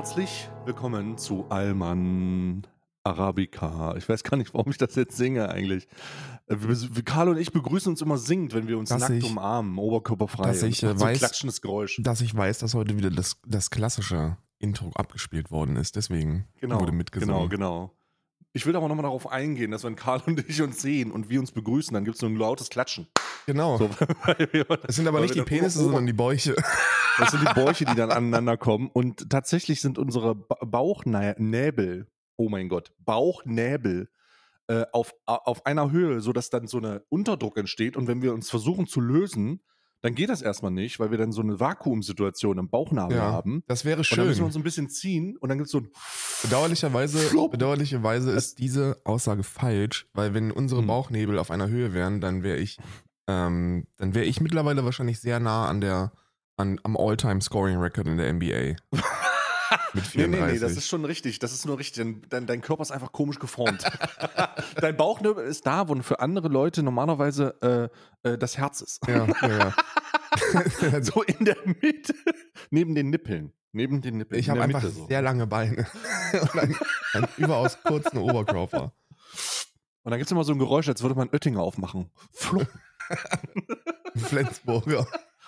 Herzlich willkommen zu Alman Arabica. Ich weiß gar nicht, warum ich das jetzt singe eigentlich. Karl und ich begrüßen uns immer singend, wenn wir uns Dass nackt ich- umarmen, oberkörperfrei. dass Und ich, das macht so ein weiß- klatschendes Geräusch. Dass ich weiß, dass heute wieder das klassische Intro abgespielt worden ist. Deswegen wurde mitgesungen. Genau. Ich will aber nochmal darauf eingehen, dass wenn Karl und ich uns sehen und wir uns begrüßen, dann gibt es so ein lautes Klatschen. Genau. So, Es sind aber nicht die Penisse, sondern die Bäuche. Das sind die Bäuche, die dann aneinander kommen. Und tatsächlich sind unsere Bauchnäbel, oh mein Gott, Bauchnäbel auf einer Höhe, sodass dann so eine Unterdruck entsteht. Und wenn wir uns versuchen zu lösen, dann geht das erstmal nicht, weil wir dann so eine Vakuumsituation im Bauchnabel haben. Das wäre Und dann müssen wir schön. uns ein bisschen ziehen und dann gibt es so ein Bedauerlicherweise ist diese Aussage falsch, weil wenn unsere Bauchnäbel auf einer Höhe wären, dann wäre ich mittlerweile wahrscheinlich sehr nah am All-Time-Scoring-Record in der NBA. Mit 34. Nee, das ist schon richtig. Das ist nur richtig. Dein Körper ist einfach komisch geformt. Dein Bauchnabel ist da, wo für andere Leute normalerweise das Herz ist. Ja. So in der Mitte, neben den Nippeln. Ich habe einfach sehr lange Beine und einen überaus kurzen Oberkörper. Und dann gibt es immer so ein Geräusch, als würde man Oettinger aufmachen. Flensburger.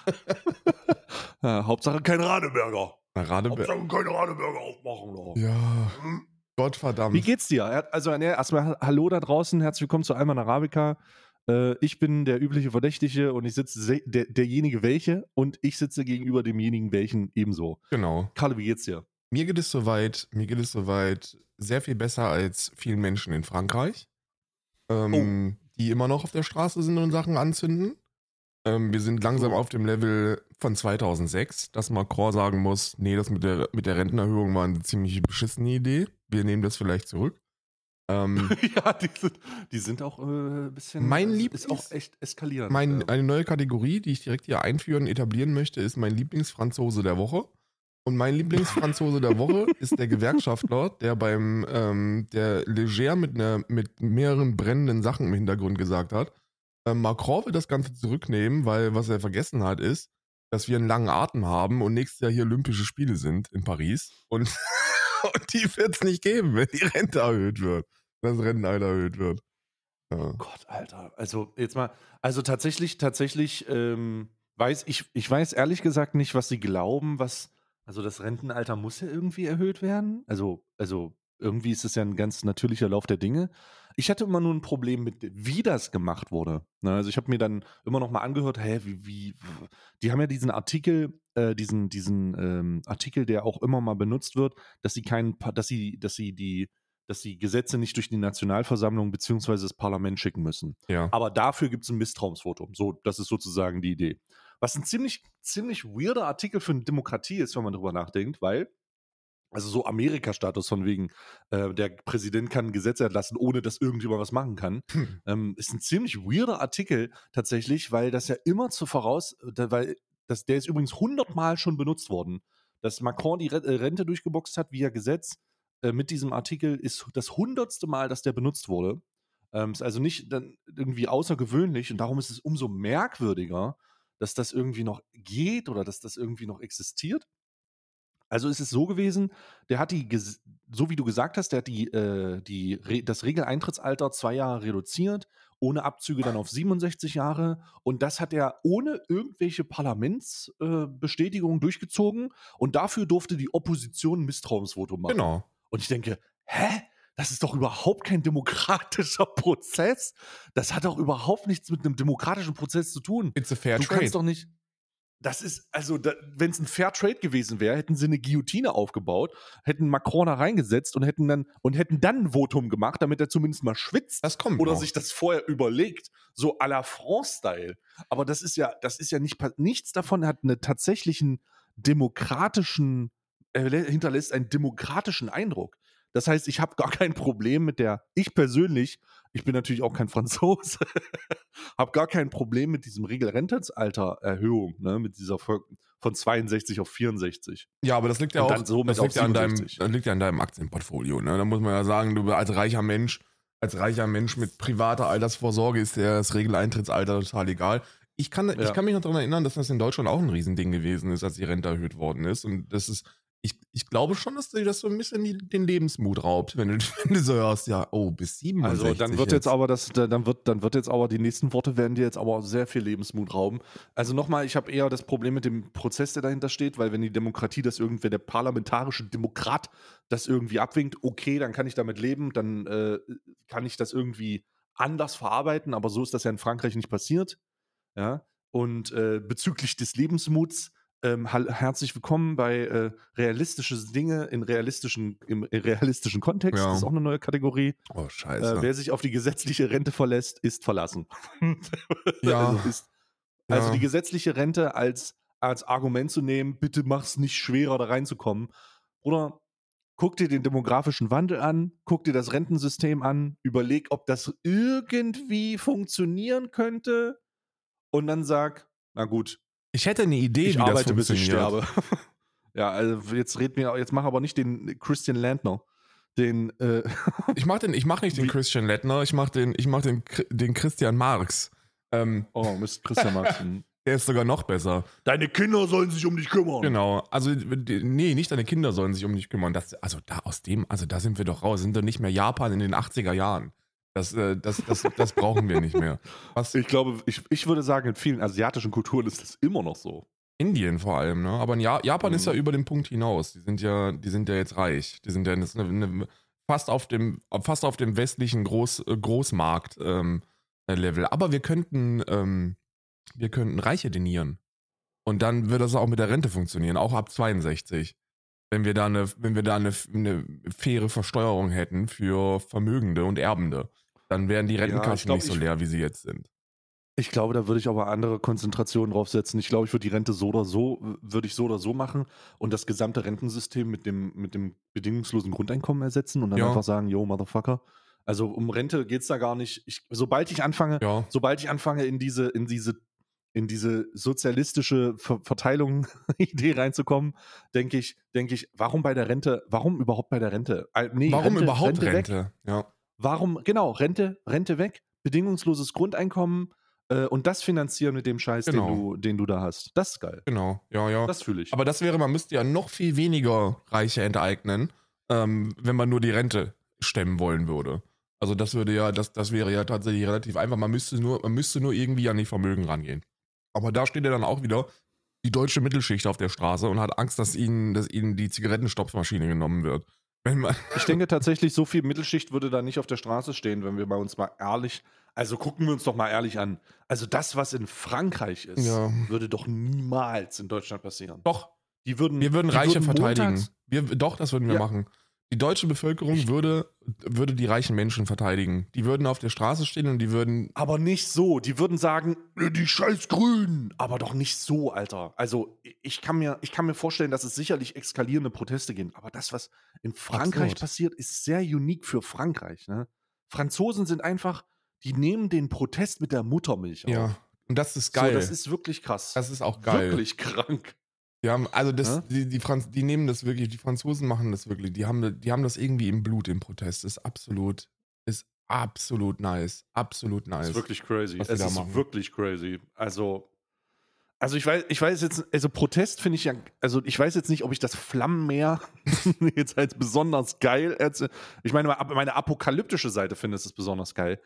Ja, Hauptsache kein Radeberger. Radeberger. Kein Radeberger aufmachen. Doch. Ja, Gottverdammt. Wie geht's dir? Also erstmal Hallo da draußen, herzlich willkommen zu Alman Arabica. Ich bin der übliche Verdächtige und ich sitze derjenige welche und ich sitze gegenüber demjenigen welchen ebenso. Genau. Karl, wie geht's dir? Mir geht es soweit sehr viel besser als vielen Menschen in Frankreich, die immer noch auf der Straße sind und Sachen anzünden. Wir sind langsam auf dem Level von 2006, dass Macron sagen muss, nee, das mit der Rentenerhöhung war eine ziemlich beschissene Idee. Wir nehmen das vielleicht zurück. Ja, die sind auch ein bisschen. Ist auch echt eskalierend. Eine neue Kategorie, die ich direkt hier einführen, etablieren möchte, ist mein Lieblingsfranzose der Woche. Und mein Lieblingsfranzose der Woche ist der Gewerkschaftler, der der leger mit mehreren brennenden Sachen im Hintergrund gesagt hat, Macron wird das Ganze zurücknehmen, weil was er vergessen hat ist, dass wir einen langen Atem haben und nächstes Jahr hier Olympische Spiele sind in Paris. Und die wird es nicht geben, wenn die Rente erhöht wird. Das Rentenalter erhöht wird. Ja. Gott, Alter. Also jetzt mal, also tatsächlich weiß ich weiß ehrlich gesagt nicht, was sie glauben, also das Rentenalter muss ja irgendwie erhöht werden. Also irgendwie ist es ja ein ganz natürlicher Lauf der Dinge. Ich hatte immer nur ein Problem mit, wie das gemacht wurde. Ne, also ich habe mir dann immer noch mal angehört, die haben ja diesen Artikel, diesen Artikel, der auch immer mal benutzt wird, dass sie Gesetze nicht durch die Nationalversammlung bzw. das Parlament schicken müssen. Ja. Aber dafür gibt es ein Misstrauensvotum. So, das ist sozusagen die Idee. Was ein ziemlich weirder Artikel für eine Demokratie ist, wenn man drüber nachdenkt, weil, also so Amerika-Status von wegen, der Präsident kann ein Gesetz erlassen, ohne dass irgendjemand was machen kann, ist ein ziemlich weirder Artikel tatsächlich, weil das ja immer der ist übrigens 100-mal schon benutzt worden, dass Macron die Rente durchgeboxt hat via Gesetz. Mit diesem Artikel ist das 100. Mal, dass der benutzt wurde. Ist also nicht dann irgendwie außergewöhnlich und darum ist es umso merkwürdiger, dass das irgendwie noch geht oder dass das irgendwie noch existiert. Also ist es so gewesen, der hat so wie du gesagt hast, der hat das Regeleintrittsalter 2 Jahre reduziert, ohne Abzüge dann auf 67 Jahre und das hat er ohne irgendwelche Parlamentsbestätigung durchgezogen und dafür durfte die Opposition ein Misstrauensvotum machen. Genau. Und ich denke, das ist doch überhaupt kein demokratischer Prozess. Das hat doch überhaupt nichts mit einem demokratischen Prozess zu tun. It's a fair Du trade. kannst doch nicht. Das ist, also, wenn es ein Fair Trade gewesen wäre, hätten sie eine Guillotine aufgebaut, hätten Macron da reingesetzt und hätten dann ein Votum gemacht, damit er zumindest mal schwitzt Das kommt oder noch. sich das vorher überlegt, so à la France-Style. Aber das ist ja nichts davon hat einen tatsächlichen demokratischen, hinterlässt einen demokratischen Eindruck. Das heißt, ich habe gar kein Problem ich persönlich, ich bin natürlich auch kein Franzose, habe gar kein Problem mit diesem Regelrentenalter-Erhöhung, ne, mit dieser von 62 auf 64. Ja, aber das liegt ja Und auch dann somit das liegt auf ja an 67. deinem Aktienportfolio. Ne? Da muss man ja sagen, du als reicher Mensch mit privater Altersvorsorge ist dir das Regeleintrittsalter total egal. Ich kann mich noch daran erinnern, dass das in Deutschland auch ein Riesending gewesen ist, als die Rente erhöht worden ist. Und das ist Ich glaube schon, dass dir das so ein bisschen den Lebensmut raubt, wenn du, wenn du so hörst, ja, oh, bis 67 Also dann wird jetzt aber dann wird jetzt aber die nächsten Worte werden dir jetzt aber sehr viel Lebensmut rauben. Also nochmal, ich habe eher das Problem mit dem Prozess, der dahinter steht, weil wenn die Demokratie das irgendwer, der parlamentarische Demokrat das irgendwie abwinkt, okay, dann kann ich damit leben, dann kann ich das irgendwie anders verarbeiten, aber so ist das ja in Frankreich nicht passiert. Ja? Und bezüglich des Lebensmuts, herzlich willkommen bei realistische Dinge im realistischen Kontext. Das ist Ja. auch eine neue Kategorie. Oh, scheiße. Wer sich auf die gesetzliche Rente verlässt, ist verlassen. Ja, Also die ja, gesetzliche Rente als Argument zu nehmen, bitte mach's nicht schwerer, da reinzukommen. Oder guck dir den demografischen Wandel an, guck dir das Rentensystem an, überleg, ob das irgendwie funktionieren könnte und dann sag, na gut, ich hätte eine Idee, ich wie das arbeite, bis ich funktioniert. sterbe. Ja, also jetzt mach aber nicht den Christian Lindner. Den, Ich mach nicht den wie, Christian Lettner, ich mach den Christian Marx. oh, Mist, Christian Marx. Der ist sogar noch besser. Deine Kinder sollen sich um dich kümmern. Genau. Also, nee, nicht deine Kinder sollen sich um dich kümmern. Da sind wir doch raus. Sind doch nicht mehr Japan in den 80er Jahren. Das brauchen wir nicht mehr. Was? Ich glaube, ich würde sagen, in vielen asiatischen Kulturen ist das immer noch so. Indien vor allem, ne? Aber Japan ist ja über den Punkt hinaus. Die sind ja jetzt reich. Die sind ja fast auf dem westlichen Großmarkt Level. Aber wir könnten Reiche denieren. Und dann wird das auch mit der Rente funktionieren, auch ab 62. Wenn wir da eine faire Versteuerung hätten für Vermögende und Erbende, dann wären die Ja, Rentenkassen nicht so leer, wie sie jetzt sind. ich glaube, da würde ich aber andere Konzentrationen draufsetzen. Ich glaube, ich würde die Rente würde ich so oder so machen und das gesamte Rentensystem mit dem bedingungslosen Grundeinkommen ersetzen und dann Ja, einfach sagen, yo, Motherfucker. Also um Rente geht es da gar nicht. Sobald ich anfange ja. in diese sozialistische Verteilung Idee reinzukommen, denke ich, warum überhaupt bei der Rente? Nee, Warum überhaupt Rente weg. Rente? Ja. Genau, Rente weg, bedingungsloses Grundeinkommen und das finanzieren mit dem Scheiß, Genau. den du da hast. Das ist geil. Genau, ja. Das fühle ich. Aber man müsste ja noch viel weniger Reiche enteignen, wenn man nur die Rente stemmen wollen würde. Also das wäre ja tatsächlich relativ einfach. Man müsste nur irgendwie an die Vermögen rangehen. Aber da steht ja dann auch wieder die deutsche Mittelschicht auf der Straße und hat Angst, dass ihnen die Zigarettenstopfmaschine genommen wird. Wenn man Ich denke tatsächlich, so viel Mittelschicht würde da nicht auf der Straße stehen, wenn wir bei uns mal ehrlich, also gucken wir uns doch mal ehrlich an. Also das, was in Frankreich ist, ja, würde doch niemals in Deutschland passieren. doch, Die würden, wir würden die Reiche würden verteidigen. montags, Das würden wir ja, machen. Die deutsche Bevölkerung würde die reichen Menschen verteidigen. Die würden auf der Straße stehen und die würden. aber nicht so. Die würden sagen, die scheiß Grünen. Aber doch nicht so, Alter. Also, ich kann mir vorstellen, dass es sicherlich eskalierende Proteste gibt. Aber das, was in Frankreich Absurd. passiert, ist sehr unique für Frankreich. Ne? Franzosen sind einfach, die nehmen den Protest mit der Muttermilch Ja, auf. und das ist So, geil. das ist wirklich krass. Das ist auch geil. Wirklich krank. Die haben, also Ne? die nehmen das wirklich, die Franzosen machen das wirklich. Die haben das irgendwie im Blut im Protest. Ist absolut nice. Absolut Das ist nice, wirklich crazy. was die Es da ist machen. wirklich crazy. Also ich weiß jetzt, also Protest finde ich ja, also ich weiß jetzt nicht, ob ich das Flammenmeer jetzt als besonders geil ich meine, meine apokalyptische Seite finde es besonders geil.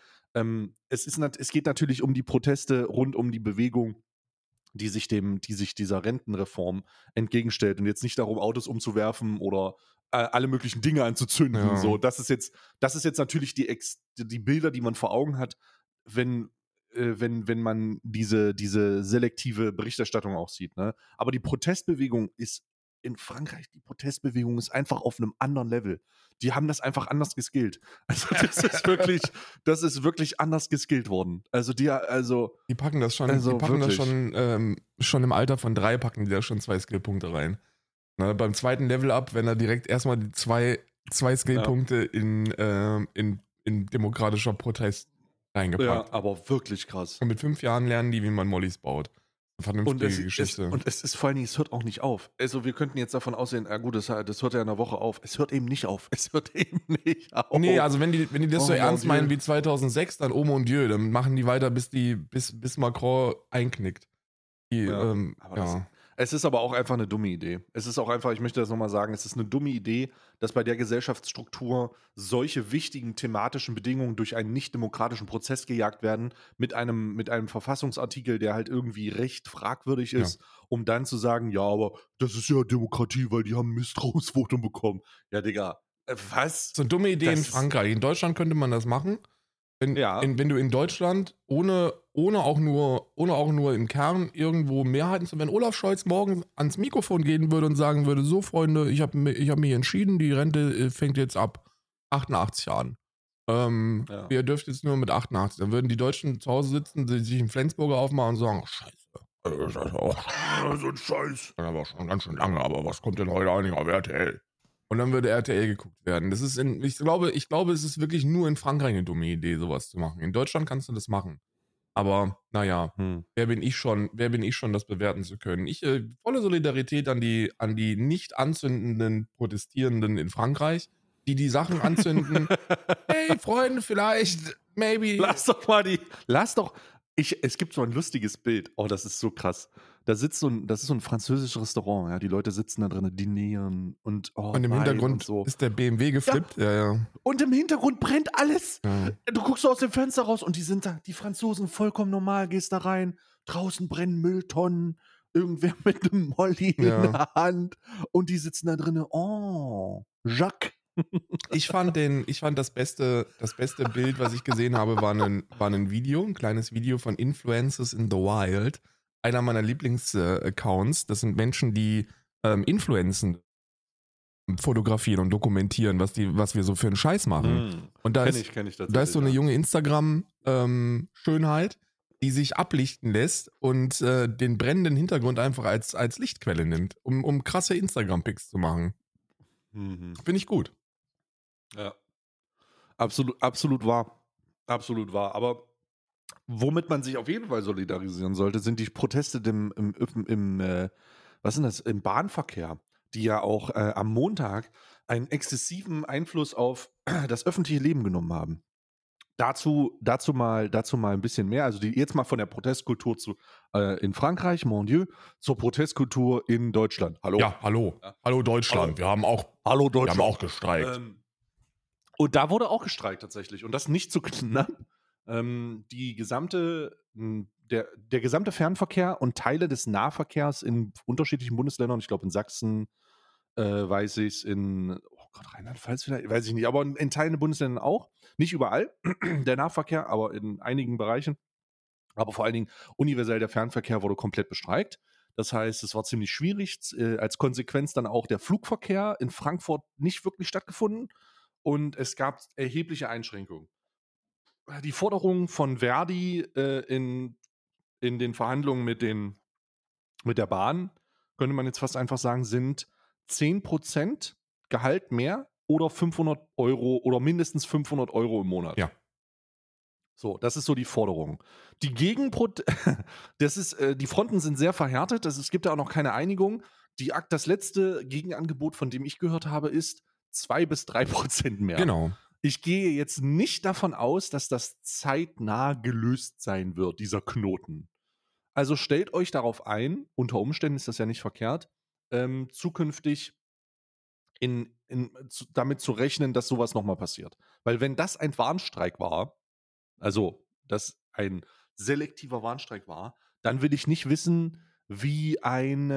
Es geht natürlich um die Proteste rund um die Bewegung, die sich dieser Rentenreform entgegenstellt und jetzt nicht darum, Autos umzuwerfen oder alle möglichen Dinge anzuzünden. Ja. So, das ist jetzt natürlich die Bilder, die man vor Augen hat, wenn wenn man diese selektive Berichterstattung auch sieht. Ne? Aber die Protestbewegung ist in Frankreich, die Protestbewegung ist einfach auf einem anderen Level. Die haben das einfach anders geskillt. Also das ist wirklich anders geskillt worden. Die packen das schon, also wirklich. schon im Alter von 3 packen die da schon 2 Skillpunkte rein. Ne, beim zweiten Level-Up, wenn er direkt erstmal die zwei Skillpunkte in demokratischer Protest reingepackt. Ja, aber wirklich krass. Und mit 5 Jahren lernen die, wie man Mollys baut. Eine vernünftige Geschichte. Und es ist vor allen Dingen, es hört auch nicht auf. Also wir könnten jetzt davon aussehen, gut, das hört ja in einer Woche auf. Es hört eben nicht auf. Es hört eben nicht auf. Nee, also wenn die das Oh so ernst mon Dieu. meinen wie 2006, dann oh mon Dieu, dann machen die weiter, bis Macron einknickt. Ja, Ja. Es ist aber auch einfach eine dumme Idee. Es ist auch einfach, ich möchte das nochmal sagen, es ist eine dumme Idee, dass bei der Gesellschaftsstruktur solche wichtigen thematischen Bedingungen durch einen nicht-demokratischen Prozess gejagt werden, mit einem Verfassungsartikel, der halt irgendwie recht fragwürdig Ja. ist, um dann zu sagen, ja, aber das ist ja Demokratie, weil die haben ein Misstrauensvotum bekommen. Ja, Digga, was? So eine dumme Idee in Das ist, Frankreich. In Deutschland könnte man das machen. ja, Wenn du in Deutschland ohne auch nur im Kern irgendwo Mehrheiten zu, wenn Olaf Scholz morgen ans Mikrofon gehen würde und sagen würde, so Freunde, ich hab mich entschieden, die Rente fängt jetzt ab 88 Jahren. ja. Ihr dürft jetzt nur mit 88. Dann würden die Deutschen zu Hause sitzen, sich einen Flensburger aufmachen und sagen, Scheiße, das ist auch so ein Scheiß. Das ist aber schon ganz schön lange, aber was kommt denn heute eigentlich auf RTL? Und dann würde RTL geguckt werden. Das ist ich glaube, es ist wirklich nur in Frankreich eine dumme Idee, sowas zu machen. In Deutschland kannst du das machen. Aber naja, Hm. wer bin ich schon, das bewerten zu können? Volle Solidarität an die nicht anzündenden Protestierenden in Frankreich, die Sachen anzünden. Hey, Freunde, vielleicht, maybe. Es gibt so ein lustiges Bild. Oh, das ist so krass. Das ist so ein französisches Restaurant, ja. Die Leute sitzen da drin, dinieren und Und im Wein und Hintergrund so. ist der BMW geflippt. Ja. Und im Hintergrund brennt alles. Ja. Du guckst so aus dem Fenster raus und die sind da, die Franzosen vollkommen normal, gehst da rein, draußen brennen Mülltonnen, irgendwer mit einem Molly in Ja. der Hand und die sitzen da drin. Oh, Jacques. Ich fand das beste Bild, was ich gesehen habe, war ein Video, ein kleines Video von Influencers in the Wild. Einer meiner Lieblingsaccounts. Das sind Menschen, die Influenzen fotografieren und dokumentieren, was wir so für einen Scheiß machen. Und da Kenn ist ich tatsächlich. da ist so eine junge Instagram-Schönheit, die sich ablichten lässt und den brennenden Hintergrund einfach als Lichtquelle nimmt, um krasse Instagram-Pics zu machen. Finde ich gut. Ja. Absolut wahr. Absolut wahr. Aber womit man sich auf jeden Fall solidarisieren sollte, sind die Proteste was sind das, im Bahnverkehr, die ja auch am Montag einen exzessiven Einfluss auf das öffentliche Leben genommen haben. Dazu mal ein bisschen mehr. Also jetzt mal von der Protestkultur in Frankreich, mon Dieu, zur Protestkultur in Deutschland. Hallo. Ja, hallo. Ja. Hallo Deutschland. Wir haben auch gestreikt. Und da wurde auch gestreikt tatsächlich. Und das nicht zu knapp. Der gesamte Fernverkehr und Teile des Nahverkehrs in unterschiedlichen Bundesländern, ich glaube in Sachsen, weiß ich es, oh Gott, Rheinland-Pfalz vielleicht, weiß ich nicht, aber in Teilen der Bundesländer auch. Nicht überall der Nahverkehr, aber in einigen Bereichen. Aber vor allen Dingen universell der Fernverkehr wurde komplett bestreikt. Das heißt, es war ziemlich schwierig. Als Konsequenz dann auch der Flugverkehr in Frankfurt nicht wirklich stattgefunden. Und es gab erhebliche Einschränkungen. Die Forderungen von Verdi in den Verhandlungen mit der Bahn, könnte man jetzt fast einfach sagen, sind 10% Gehalt mehr oder 500 Euro oder mindestens 500 Euro im Monat. Ja. So, das ist so die Forderung. Die die Fronten sind sehr verhärtet, es gibt da auch noch keine Einigung. Das letzte Gegenangebot, von dem ich gehört habe, ist 2-3% mehr. Genau. Ich gehe jetzt nicht davon aus, dass das zeitnah gelöst sein wird, dieser Knoten. Also stellt euch darauf ein, unter Umständen ist das ja nicht verkehrt, zukünftig damit zu rechnen, dass sowas nochmal passiert. Weil wenn das ein Warnstreik war, also das ein selektiver Warnstreik war, dann will ich nicht wissen, wie ein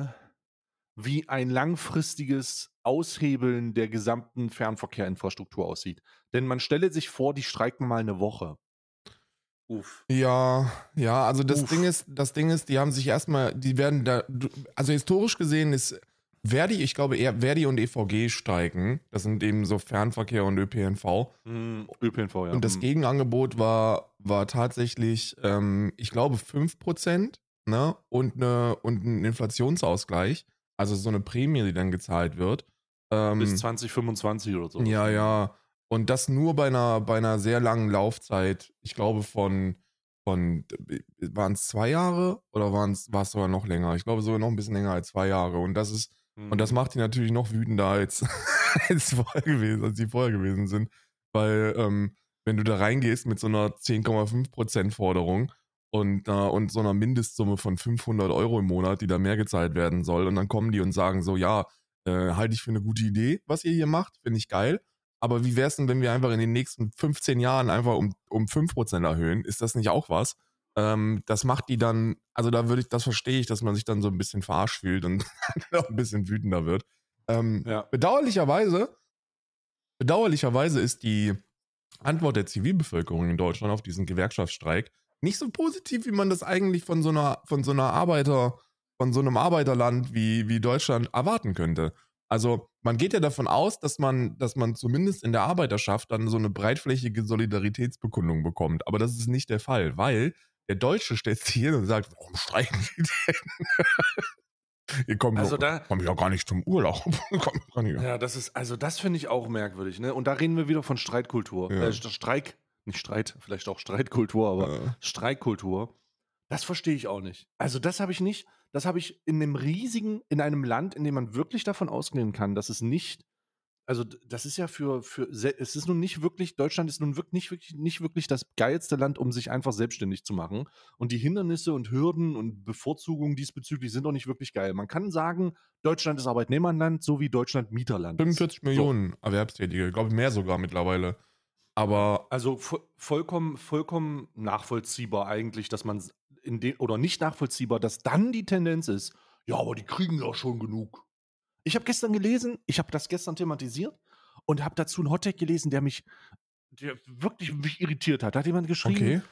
langfristiges Aushebeln der gesamten Fernverkehrinfrastruktur aussieht. Denn man stelle sich vor, die streiken mal eine Woche. Uff. Ja, also das Uff. Ding ist, die haben sich erstmal, die werden da, also historisch gesehen ist Verdi, ich glaube eher Verdi und EVG steigen. Das sind eben so Fernverkehr und ÖPNV. ÖPNV, ja. Und das Gegenangebot war tatsächlich, ich glaube 5%, ne? Und ein Inflationsausgleich. Also so eine Prämie, die dann gezahlt wird. Bis 2025 oder so. Ja. Und das nur bei einer sehr langen Laufzeit. Ich glaube waren es 2 Jahre oder war es sogar noch länger? Ich glaube sogar noch ein bisschen länger als 2 Jahre. Und das macht die natürlich noch wütender als die vorher gewesen sind. Weil wenn du da reingehst mit so einer 10,5% Forderung und so einer Mindestsumme von 500 Euro im Monat, die da mehr gezahlt werden soll. Und dann kommen die und sagen so, ja, halte ich für eine gute Idee, was ihr hier macht, finde ich geil. Aber wie wäre es denn, wenn wir einfach in den nächsten 15 Jahren einfach um 5% erhöhen? Ist das nicht auch was? Das macht die dann, also das verstehe ich, dass man sich dann so ein bisschen verarscht fühlt und auch ein bisschen wütender wird. Ja. Bedauerlicherweise ist die Antwort der Zivilbevölkerung in Deutschland auf diesen Gewerkschaftsstreik nicht so positiv, wie man das eigentlich von so einem Arbeiterland wie Deutschland erwarten könnte. Also man geht ja davon aus, dass man zumindest in der Arbeiterschaft dann so eine breitflächige Solidaritätsbekundung bekommt. Aber das ist nicht der Fall, weil der Deutsche stellt sich hin und sagt, warum streiken die denn? Ihr kommt Also ja gar nicht zum Urlaub. Ja, das finde ich auch merkwürdig, ne? Und da reden wir wieder von Streitkultur. Ja. Nicht Streit, vielleicht auch Streitkultur, aber Ja. Streikkultur. Das verstehe ich auch nicht. Also das habe ich nicht. Das habe ich in einem Land, in dem man wirklich davon ausgehen kann, dass es nicht, also das ist ja es ist nun nicht wirklich, Deutschland ist nun nicht wirklich das geilste Land, um sich einfach selbstständig zu machen. Und die Hindernisse und Hürden und Bevorzugungen diesbezüglich sind auch nicht wirklich geil. Man kann sagen, Deutschland ist Arbeitnehmerland, so wie Deutschland Mieterland ist. 45 Millionen Erwerbstätige, glaube ich mehr sogar mittlerweile. Aber Also vollkommen nachvollziehbar eigentlich, dass man oder nicht nachvollziehbar, dass dann die Tendenz ist, ja, aber die kriegen ja schon genug. Ich habe das gestern thematisiert und habe dazu einen Hottag gelesen, der wirklich mich irritiert hat. Da hat jemand geschrieben,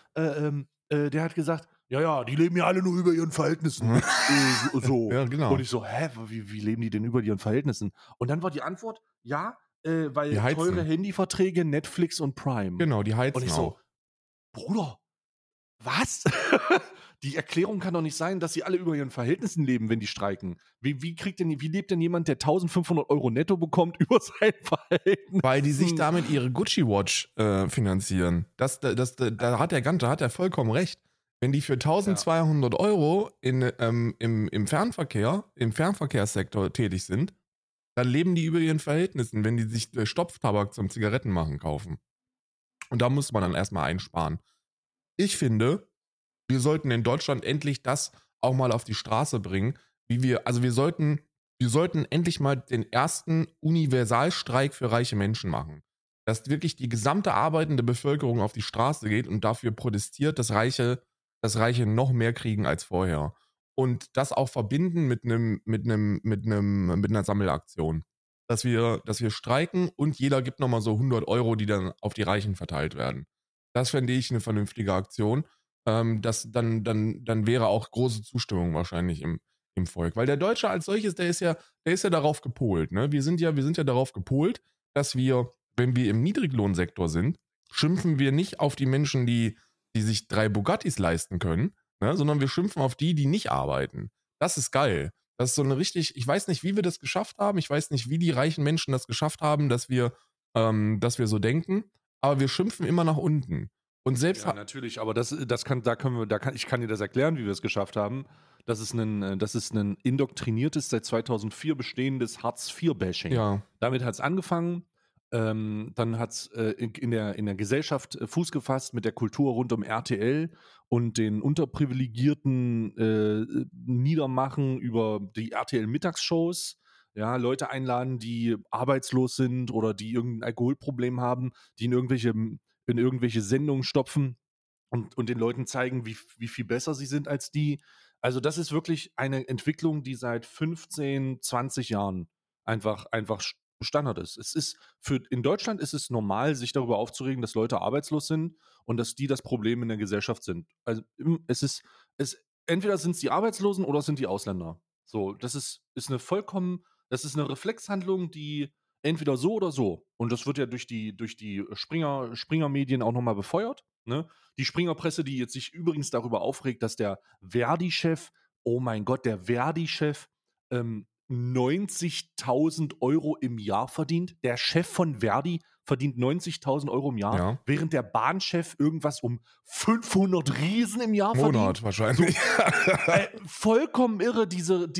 der hat gesagt, ja, die leben ja alle nur über ihren Verhältnissen. So. Ja, genau. Und ich so, wie leben die denn über ihren Verhältnissen? Und dann war die Antwort, ja, weil Die heizen. teure Handyverträge, Netflix und Prime. Genau, die heizen Und ich so, auch. Bruder, was? Die Erklärung kann doch nicht sein, dass sie alle über ihren Verhältnissen leben, wenn die streiken. Wie lebt denn jemand, der 1.500 Euro netto bekommt, über sein Verhältnis? Weil die sich damit ihre Gucci-Watch finanzieren. Da hat er vollkommen recht. Wenn die für 1.200 Euro im Fernverkehrssektor tätig sind, dann leben die über ihren Verhältnissen, wenn die sich Stopftabak zum Zigarettenmachen kaufen. Und da muss man dann erstmal einsparen. Ich finde, wir sollten in Deutschland endlich das auch mal auf die Straße bringen, wir sollten endlich mal den ersten Universalstreik für reiche Menschen machen. Dass wirklich die gesamte arbeitende Bevölkerung auf die Straße geht und dafür protestiert, dass Reiche noch mehr kriegen als vorher. Und das auch verbinden mit einer Sammelaktion. Dass wir streiken und jeder gibt nochmal so 100 Euro, die dann auf die Reichen verteilt werden. Das fände ich eine vernünftige Aktion. Dann wäre auch große Zustimmung wahrscheinlich im Volk. Weil der Deutsche als solches, der ist ja darauf gepolt. Ne? Wir sind ja darauf gepolt, dass wir, wenn wir im Niedriglohnsektor sind, schimpfen wir nicht auf die Menschen, die sich 3 Bugattis leisten können, ne? Sondern wir schimpfen auf die nicht arbeiten. Das ist geil. Das ist so ich weiß nicht, wie wir das geschafft haben. Ich weiß nicht, wie die reichen Menschen das geschafft haben, dass wir so denken. Aber wir schimpfen immer nach unten. Und selbst Ja, natürlich, aber ich kann dir das erklären, wie wir es geschafft haben. Das ist ein indoktriniertes, seit 2004 bestehendes Hartz-IV-Bashing. Ja. Damit hat es angefangen. Dann hat es in der Gesellschaft Fuß gefasst mit der Kultur rund um RTL und den unterprivilegierten Niedermachen über die RTL-Mittagsshows. Ja, Leute einladen, die arbeitslos sind oder die irgendein Alkoholproblem haben, die in irgendwelche Sendungen stopfen und den Leuten zeigen, wie viel besser sie sind als die. Also das ist wirklich eine Entwicklung, die seit 15, 20 Jahren einfach Standard ist. In Deutschland ist es normal, sich darüber aufzuregen, dass Leute arbeitslos sind und dass die das Problem in der Gesellschaft sind. Also entweder sind es die Arbeitslosen oder es sind die Ausländer. So, das ist eine Reflexhandlung, die entweder so oder so. Und das wird ja durch die Springer-Medien auch nochmal befeuert. Ne? Die Springerpresse, die jetzt sich übrigens darüber aufregt, dass der Verdi-Chef, oh mein Gott, der Verdi-Chef 90.000 Euro im Jahr verdient. Der Chef von Verdi verdient 90.000 Euro im Jahr, Ja. während der Bahnchef irgendwas um 500 Riesen im Jahr Monat verdient. wahrscheinlich. Vollkommen irre, diese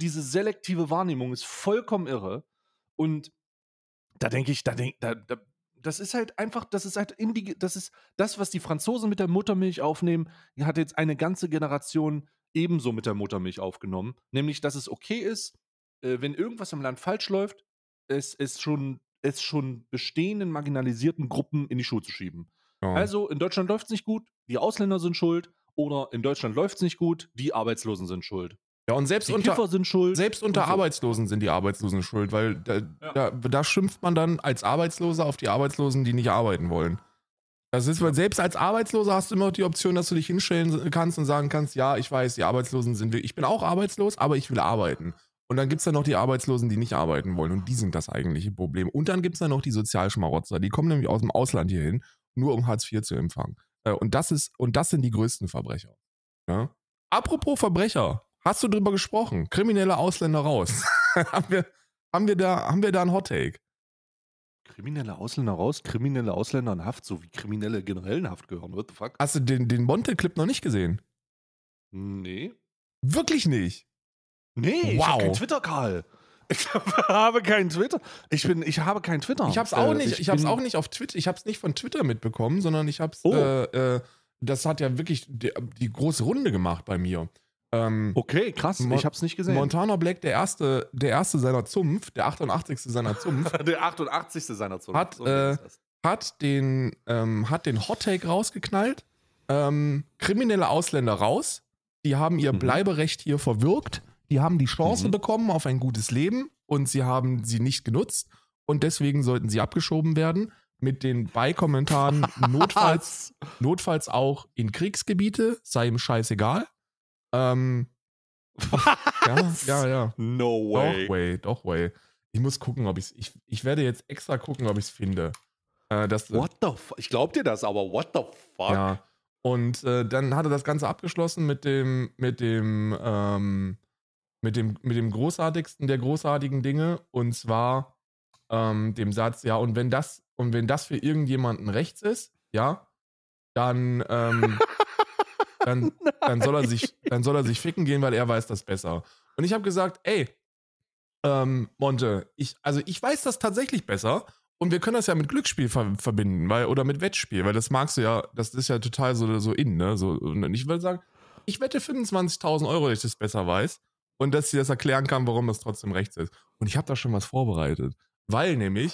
selektive Wahrnehmung ist vollkommen irre. Und da denke ich, das ist halt einfach, das ist halt das ist das, was die Franzosen mit der Muttermilch aufnehmen, hat jetzt eine ganze Generation ebenso mit der Muttermilch aufgenommen. Nämlich, dass es okay ist, wenn irgendwas im Land falsch läuft, es schon bestehenden marginalisierten Gruppen in die Schuhe zu schieben. Ja. Also, in Deutschland läuft es nicht gut, die Ausländer sind schuld, oder in Deutschland läuft es nicht gut, die Arbeitslosen sind schuld. Ja, und selbst Die unter, Kiffer sind schuld. selbst unter und so. Arbeitslosen sind die Arbeitslosen schuld, weil da schimpft man dann als Arbeitsloser auf die Arbeitslosen, die nicht arbeiten wollen. Das ist, weil selbst als Arbeitsloser hast du immer noch die Option, dass du dich hinstellen kannst und sagen kannst, ja, ich weiß, die Arbeitslosen sind, ich bin auch arbeitslos, aber ich will arbeiten. Und dann gibt es dann noch die Arbeitslosen, die nicht arbeiten wollen. Und die sind das eigentliche Problem. Und dann gibt es dann noch die Sozialschmarotzer. Die kommen nämlich aus dem Ausland hier hin, nur um Hartz IV zu empfangen. Und das sind die größten Verbrecher. Ja? Apropos Verbrecher, hast du drüber gesprochen? Kriminelle Ausländer raus. haben wir da einen Hot Take? Kriminelle Ausländer raus, kriminelle Ausländer in Haft, so wie Kriminelle generell in Haft gehören. What the fuck? Hast du den Monte-Clip noch nicht gesehen? Nee. Wirklich nicht? Nee, ich habe kein Twitter, Karl. Ich habe keinen Twitter. Ich habe keinen Twitter. Ich hab's auch nicht. Ich hab's auch nicht auf Twitter. Ich hab's nicht von Twitter mitbekommen, sondern ich hab's. Das hat ja wirklich die große Runde gemacht bei mir. Okay, krass. Ich hab's nicht gesehen. Montana Black, der erste seiner Zunft, der 88. seiner Zunft. Der 88. seiner Zunft. Hat den Hot Take rausgeknallt. Kriminelle Ausländer raus. Die haben ihr Bleiberecht hier verwirkt. Die haben die Chance bekommen auf ein gutes Leben und sie haben sie nicht genutzt und deswegen sollten sie abgeschoben werden mit den Beikommentaren notfalls auch in Kriegsgebiete, sei ihm scheißegal. Ja. No way. Doch way. Ich muss gucken, ob ich werde jetzt extra gucken, ob ich es finde. What the fuck? Ich glaub dir das, aber what the fuck? Ja. Und dann hat er das Ganze abgeschlossen mit dem großartigsten der großartigen Dinge, und zwar dem Satz, ja, und wenn das für irgendjemanden rechts ist, ja, dann soll er sich ficken gehen, weil er weiß das besser. Und ich habe gesagt, ey, Monte, ich weiß das tatsächlich besser und wir können das ja mit Glücksspiel verbinden, oder mit Wettspiel, weil das magst du ja, das ist ja total so in, ne? So, und ich würde sagen, ich wette 25.000 Euro, dass ich das besser weiß. Und dass sie das erklären kann, warum das trotzdem rechts ist. Und ich habe da schon was vorbereitet. Weil nämlich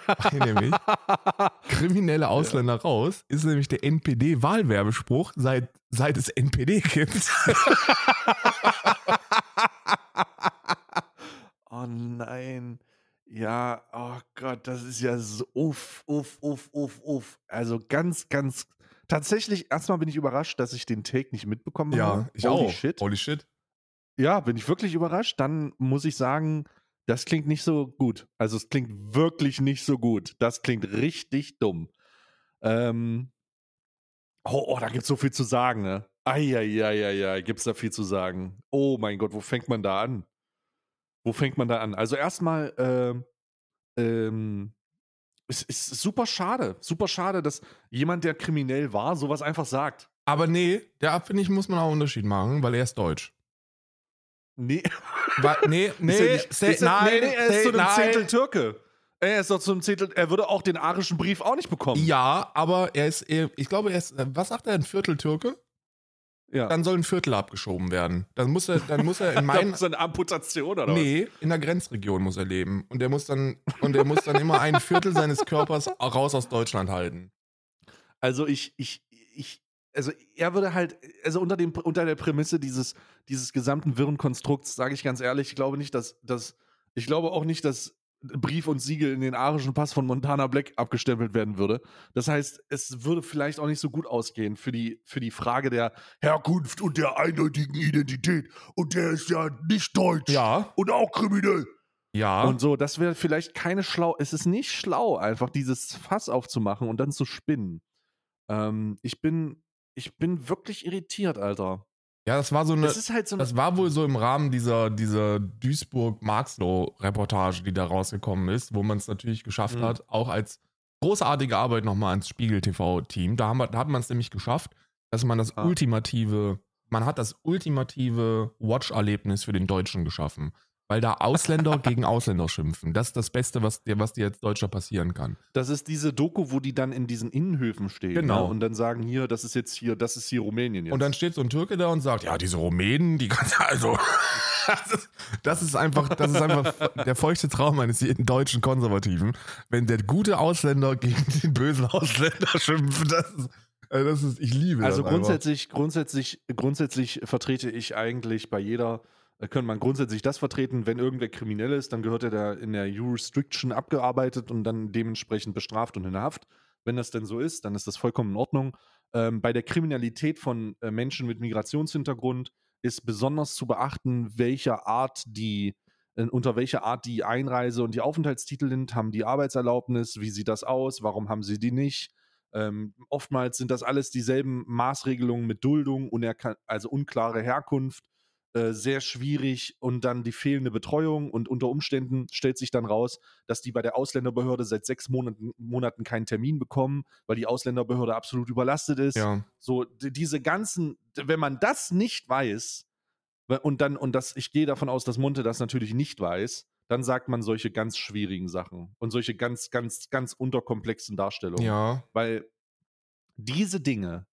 kriminelle Ausländer raus ist nämlich der NPD-Wahlwerbespruch, seit es NPD gibt. Oh nein. Ja, oh Gott, das ist ja so uff. Also ganz, ganz. Tatsächlich, erstmal bin ich überrascht, dass ich den Take nicht mitbekommen habe. Ja, ich auch. Holy shit. Ja, bin ich wirklich überrascht. Dann muss ich sagen, das klingt nicht so gut. Also es klingt wirklich nicht so gut. Das klingt richtig dumm. Da gibt's so viel zu sagen, ne? Gibt's da viel zu sagen. Oh mein Gott, wo fängt man da an? Also erstmal, es ist super schade, dass jemand, der kriminell war, sowas einfach sagt. Aber nee, finde ich, muss man auch einen Unterschied machen, weil er ist deutsch. Nee. Nee, er ist zu einem Zehntel Türke. Er ist doch zu einem Zehntel, er würde auch den arischen Brief auch nicht bekommen. Ja, aber ich glaube, was sagt er, ein Viertel Türke? Ja. Dann soll ein Viertel abgeschoben werden. Dann muss er in Das ist eine Amputation, oder was? Nee, in der Grenzregion muss er leben. Und er muss dann immer ein Viertel seines Körpers raus aus Deutschland halten. Also er würde halt, also unter der Prämisse dieses gesamten wirren Konstrukts, sage ich ganz ehrlich, ich glaube auch nicht, dass Brief und Siegel in den arischen Pass von Montana Black abgestempelt werden würde. Das heißt, es würde vielleicht auch nicht so gut ausgehen für die Frage der Herkunft und der eindeutigen Identität. Und der ist ja nicht deutsch. Ja. Und auch kriminell. Ja. Und so, das wäre vielleicht es ist nicht schlau, einfach dieses Fass aufzumachen und dann zu spinnen. Ich bin wirklich irritiert, Alter. Ja, das war das war wohl so im Rahmen dieser Duisburg-Marxloh-Reportage, die da rausgekommen ist, wo man es natürlich geschafft hat, auch als großartige Arbeit nochmal ans Spiegel-TV-Team. Da hat man es nämlich geschafft, dass man das ultimative Watch-Erlebnis für den Deutschen geschaffen. weil da Ausländer gegen Ausländer schimpfen. Das ist das Beste, was dir als Deutscher passieren kann. Das ist diese Doku, wo die dann in diesen Innenhöfen stehen, Genau. ne? Und dann sagen, hier, das ist hier Rumänien jetzt. Und dann steht so ein Türke da und sagt, ja, diese Rumänen, die kannst du also. Das ist einfach der feuchte Traum eines jeden deutschen Konservativen, wenn der gute Ausländer gegen den bösen Ausländer schimpft. Ich liebe Also das einfach. grundsätzlich vertrete ich eigentlich bei jeder, könnte man grundsätzlich das vertreten, wenn irgendwer kriminell ist, dann gehört er da in der Jurisdiction abgearbeitet und dann dementsprechend bestraft und in Haft. Wenn das denn so ist, dann ist das vollkommen in Ordnung. Bei der Kriminalität von Menschen mit Migrationshintergrund ist besonders zu beachten, unter welcher Art die Einreise und die Aufenthaltstitel sind, haben die Arbeitserlaubnis, wie sieht das aus, warum haben sie die nicht? Oftmals sind das alles dieselben Maßregelungen mit Duldung, also unklare Herkunft, sehr schwierig und dann die fehlende Betreuung und unter Umständen stellt sich dann raus, dass die bei der Ausländerbehörde seit 6 Monaten keinen Termin bekommen, weil die Ausländerbehörde absolut überlastet ist. Ja. So, diese ganzen, wenn man das nicht weiß, ich gehe davon aus, dass Monte das natürlich nicht weiß, dann sagt man solche ganz schwierigen Sachen und solche ganz, ganz, ganz unterkomplexen Darstellungen. Ja. Weil diese Dinge,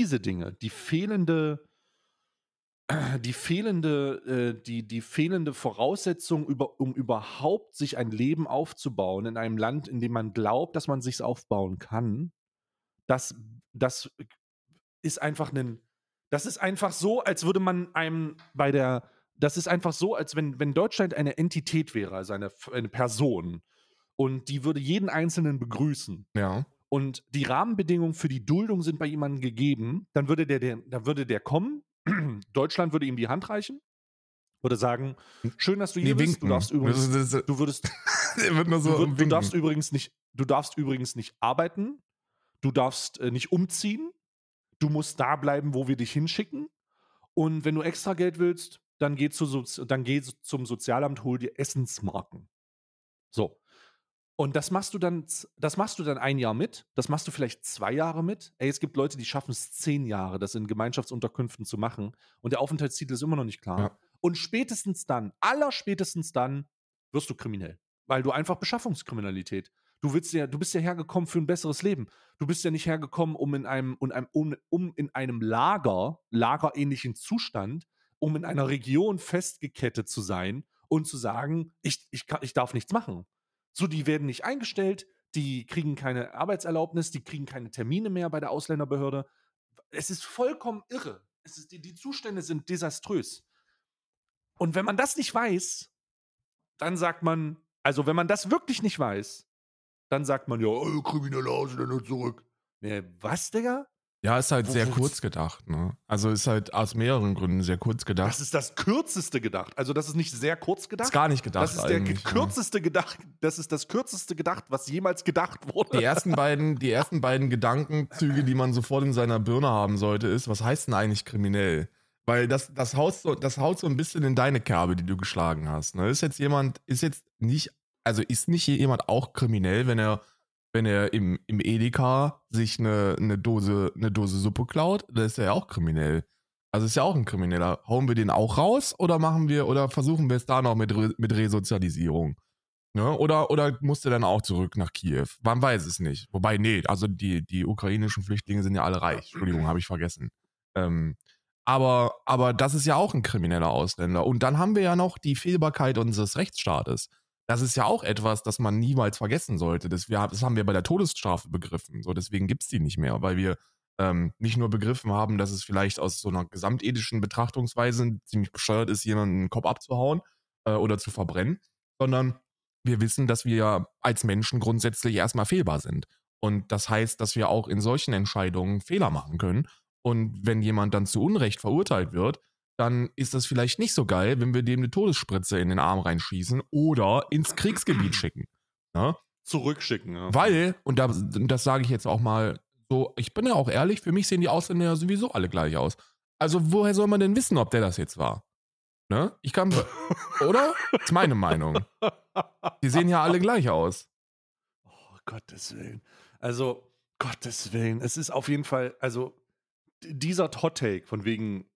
die fehlende Voraussetzung, um überhaupt sich ein Leben aufzubauen in einem Land, in dem man glaubt, dass man sich's aufbauen kann, das, das ist einfach das ist einfach so, als würde man das ist einfach so, als wenn Deutschland eine Entität wäre, also eine Person, und die würde jeden Einzelnen begrüßen. Ja. Und die Rahmenbedingungen für die Duldung sind bei jemandem gegeben, dann würde der kommen, Deutschland würde ihm die Hand reichen, würde sagen, schön, dass du hier bist, du winken. darfst übrigens, du würdest, Der wird nur so du darfst übrigens nicht arbeiten, du darfst nicht umziehen, du musst da bleiben, wo wir dich hinschicken, und wenn du extra Geld willst, dann geh zum Sozialamt, hol dir Essensmarken. So. Und das machst du dann 1 Jahr mit, das machst du vielleicht 2 Jahre mit. Ey, es gibt Leute, die schaffen es 10 Jahre, das in Gemeinschaftsunterkünften zu machen, und der Aufenthaltstitel ist immer noch nicht klar. Ja. Und allerspätestens dann wirst du kriminell, weil du einfach Beschaffungskriminalität. Du bist ja hergekommen für ein besseres Leben. Du bist ja nicht hergekommen, um in einem lagerähnlichen Zustand, um in einer Region festgekettet zu sein und zu sagen, ich darf nichts machen. So, die werden nicht eingestellt, die kriegen keine Arbeitserlaubnis, die kriegen keine Termine mehr bei der Ausländerbehörde. Es ist vollkommen irre. Die Zustände sind desaströs. Und wenn man das nicht weiß, dann sagt man, also wenn man das wirklich nicht weiß, dann sagt man, ja, kriminelle Ausländer zurück. Was, Digga? Ja, ist halt sehr kurz gedacht, ne? Also ist halt aus mehreren Gründen sehr kurz gedacht. Das ist das Kürzeste gedacht. Also das ist nicht sehr kurz gedacht. Ist gar nicht gedacht. Das ist der kürzeste gedacht. Das ist das kürzeste gedacht, was jemals gedacht wurde. Die ersten beiden Gedankenzüge, die man sofort in seiner Birne haben sollte, ist, was heißt denn eigentlich kriminell? Weil das haut so ein bisschen in deine Kerbe, die du geschlagen hast. Ne? Ist nicht jemand auch kriminell, wenn er im Edeka sich eine Dose Suppe klaut, dann ist er ja auch kriminell. Also ist ja auch ein Krimineller. Hauen wir den auch raus oder versuchen wir es da noch mit Resozialisierung? Ne? Oder musst du dann auch zurück nach Kiew? Man weiß es nicht. Wobei, nee, also die ukrainischen Flüchtlinge sind ja alle reich. Entschuldigung, habe ich vergessen. Aber das ist ja auch ein krimineller Ausländer. Und dann haben wir ja noch die Fehlbarkeit unseres Rechtsstaates. Das ist ja auch etwas, das man niemals vergessen sollte. Das haben wir bei der Todesstrafe begriffen. So, deswegen gibt es die nicht mehr, weil wir nicht nur begriffen haben, dass es vielleicht aus so einer gesamtethischen Betrachtungsweise ziemlich bescheuert ist, jemanden den Kopf abzuhauen oder zu verbrennen, sondern wir wissen, dass wir ja als Menschen grundsätzlich erstmal fehlbar sind. Und das heißt, dass wir auch in solchen Entscheidungen Fehler machen können. Und wenn jemand dann zu Unrecht verurteilt wird, dann ist das vielleicht nicht so geil, wenn wir dem eine Todesspritze in den Arm reinschießen oder ins Kriegsgebiet schicken. Ja? Zurückschicken, ja. Weil, und das sage ich jetzt auch mal so, ich bin ja auch ehrlich, für mich sehen die Ausländer ja sowieso alle gleich aus. Also woher soll man denn wissen, ob der das jetzt war? Ne? Oder? Das ist meine Meinung. Die sehen ja alle gleich aus. Oh, Gottes Willen. Also, Gottes Willen. Es ist auf jeden Fall, also dieser Hot Take von wegen,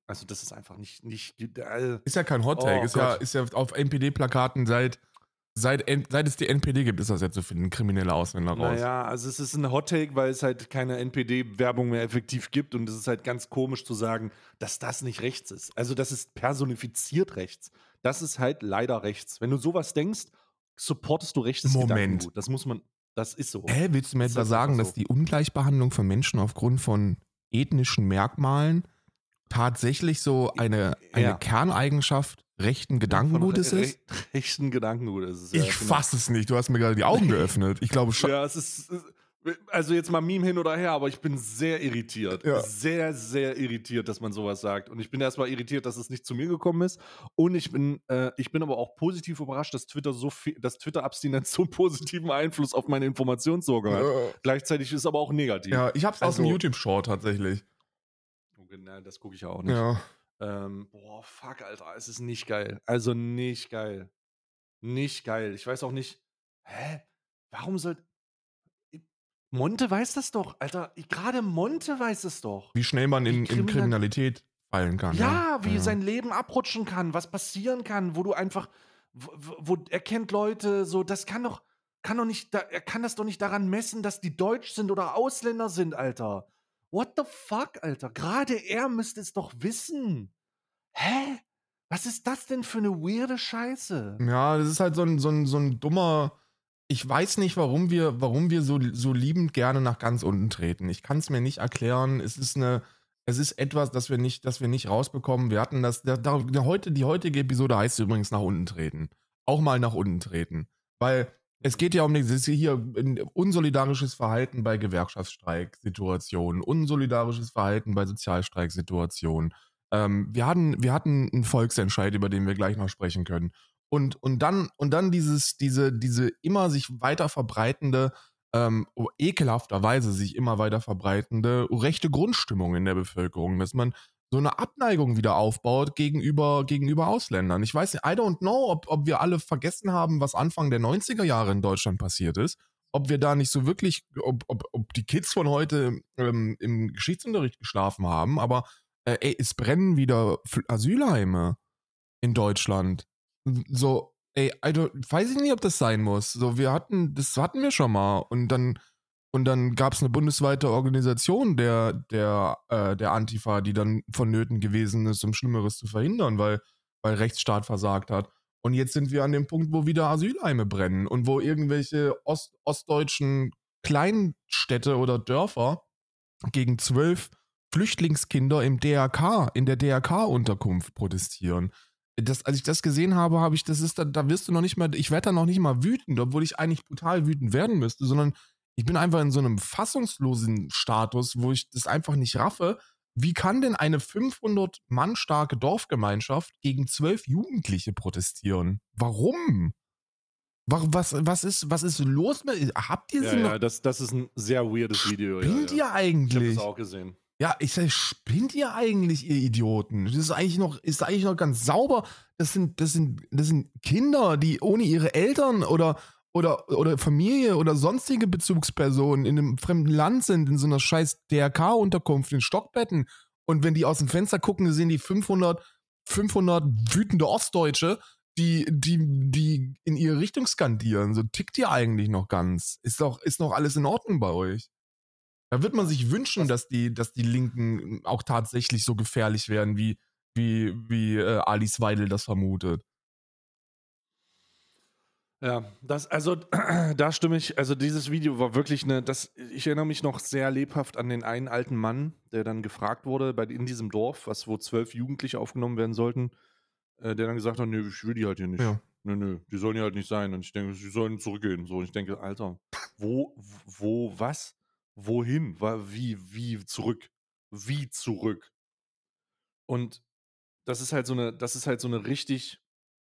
Also, das ist einfach nicht Ist ja kein Hot Take, oh Gott. ist ja auf NPD-Plakaten seit es die NPD gibt, ist das ja zu finden, kriminelle Ausländer raus. Naja, also es ist ein Hot Take, weil es halt keine NPD-Werbung mehr effektiv gibt und es ist halt ganz komisch zu sagen, dass das nicht rechts ist. Also, das ist personifiziert rechts. Das ist halt leider rechts. Wenn du sowas denkst, supportest du rechtes Moment. Gedankengut. Das ist so. Hä, willst du mir Das ist etwa halt einfach sagen, dass so. die Ungleichbehandlung von Menschen aufgrund von ethnischen Merkmalen tatsächlich so eine Ja, Kerneigenschaft rechten ja, von Gedankengutes ist? rechten Gedankengut ist es, ja, Ich genau. fasse es nicht, du hast mir gerade die Augen geöffnet. Ich glaube schon. Ja, also jetzt mal Meme hin oder her, aber ich bin sehr irritiert. Ja. Sehr, sehr irritiert, dass man sowas sagt. Und ich bin erstmal irritiert, dass es nicht zu mir gekommen ist. Und ich bin aber auch positiv überrascht, dass Twitter-Abstinenz so einen positiven Einfluss auf meine Informationssorge hat. Gleichzeitig ist es aber auch negativ. Ja, ich hab's aus dem Also, YouTube-Short tatsächlich. okay, nein, das gucke ich ja auch nicht. Ja. Boah, fuck, Alter, es ist nicht geil. Also nicht geil. Nicht geil. Ich weiß auch nicht, hä? Warum soll. Monte weiß das doch, Alter. Gerade Monte weiß es doch. Wie schnell man Wie in kriminal. Kriminalität fallen kann, ja. Ja, wie Ja. sein Leben abrutschen kann, was passieren kann, wo du einfach. Wo er kennt Leute, so, das kann doch nicht, er kann das doch nicht daran messen, dass die deutsch sind oder Ausländer sind, Alter. What the fuck, Alter? Gerade er müsste es doch wissen. Hä? Was ist das denn für eine weirde Scheiße? Ja, das ist halt so ein dummer. Ich weiß nicht, warum wir so liebend gerne nach ganz unten treten. Ich kann es mir nicht erklären. Es ist etwas, das wir nicht rausbekommen. Wir hatten die heutige Episode heißt übrigens nach unten treten. Auch mal nach unten treten. Weil es geht ja um es ist hier unsolidarisches Verhalten bei Gewerkschaftsstreiksituationen, unsolidarisches Verhalten bei Sozialstreiksituationen. Wir hatten einen Volksentscheid, über den wir gleich noch sprechen können. Und dann diese immer sich weiter verbreitende, ekelhafterweise sich immer weiter verbreitende rechte Grundstimmung in der Bevölkerung, dass man so eine Abneigung wieder aufbaut gegenüber Ausländern. Ich weiß nicht, I don't know, ob wir alle vergessen haben, was Anfang der 90er Jahre in Deutschland passiert ist. Ob wir da nicht so wirklich, ob die Kids von heute im Geschichtsunterricht geschlafen haben, aber ey, es brennen wieder Asylheime in Deutschland. So, ey, also, weiß ich nicht, ob das sein muss. So, das hatten wir schon mal. Und dann gab es eine bundesweite Organisation der Antifa, die dann vonnöten gewesen ist, um Schlimmeres zu verhindern, weil Rechtsstaat versagt hat. Und jetzt sind wir an dem Punkt, wo wieder Asylheime brennen und wo irgendwelche ostdeutschen Kleinstädte oder Dörfer gegen 12 Flüchtlingskinder in der DRK-Unterkunft protestieren. Als ich das gesehen habe, da wirst du noch nicht mal, ich werde da noch nicht mal wütend, obwohl ich eigentlich brutal wütend werden müsste, sondern ich bin einfach in so einem fassungslosen Status, wo ich das einfach nicht raffe. Wie kann denn eine 500 Mann starke Dorfgemeinschaft gegen 12 Jugendliche protestieren? Warum? Was ist los habt ihr sie noch? Ja, das ist ein sehr weirdes Video, ja, Spinnt ja. ihr Ich habe eigentlich? das auch gesehen. Ja, ich sag, spinnt ihr eigentlich, ihr Idioten? Das ist eigentlich noch ganz sauber. Das sind Kinder, die ohne ihre Eltern oder Familie oder sonstige Bezugspersonen in einem fremden Land sind, in so einer scheiß DRK-Unterkunft, in Stockbetten. Und wenn die aus dem Fenster gucken, sehen die 500 wütende Ostdeutsche, die in ihre Richtung skandieren. So tickt ihr eigentlich noch ganz. Ist noch alles in Ordnung bei euch? Da wird man sich wünschen, dass die Linken auch tatsächlich so gefährlich werden, wie Alice Weidel das vermutet. Ja, also da stimme ich, also dieses Video war wirklich ich erinnere mich noch sehr lebhaft an den einen alten Mann, der dann gefragt wurde in diesem Dorf, wo 12 Jugendliche aufgenommen werden sollten, der dann gesagt hat, nö, ich will die halt hier nicht. Ja. Nö, die sollen hier halt nicht sein. Und ich denke, sie sollen zurückgehen. So, und ich denke, Alter, was? Wohin? Wie zurück? Wie zurück? Und das ist halt so eine richtig,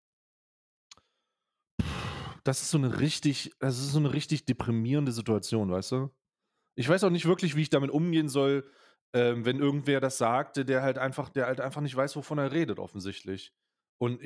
das ist so eine richtig deprimierende Situation, weißt du? Ich weiß auch nicht wirklich, wie ich damit umgehen soll, wenn irgendwer das sagte, der halt einfach nicht weiß, wovon er redet, offensichtlich. Und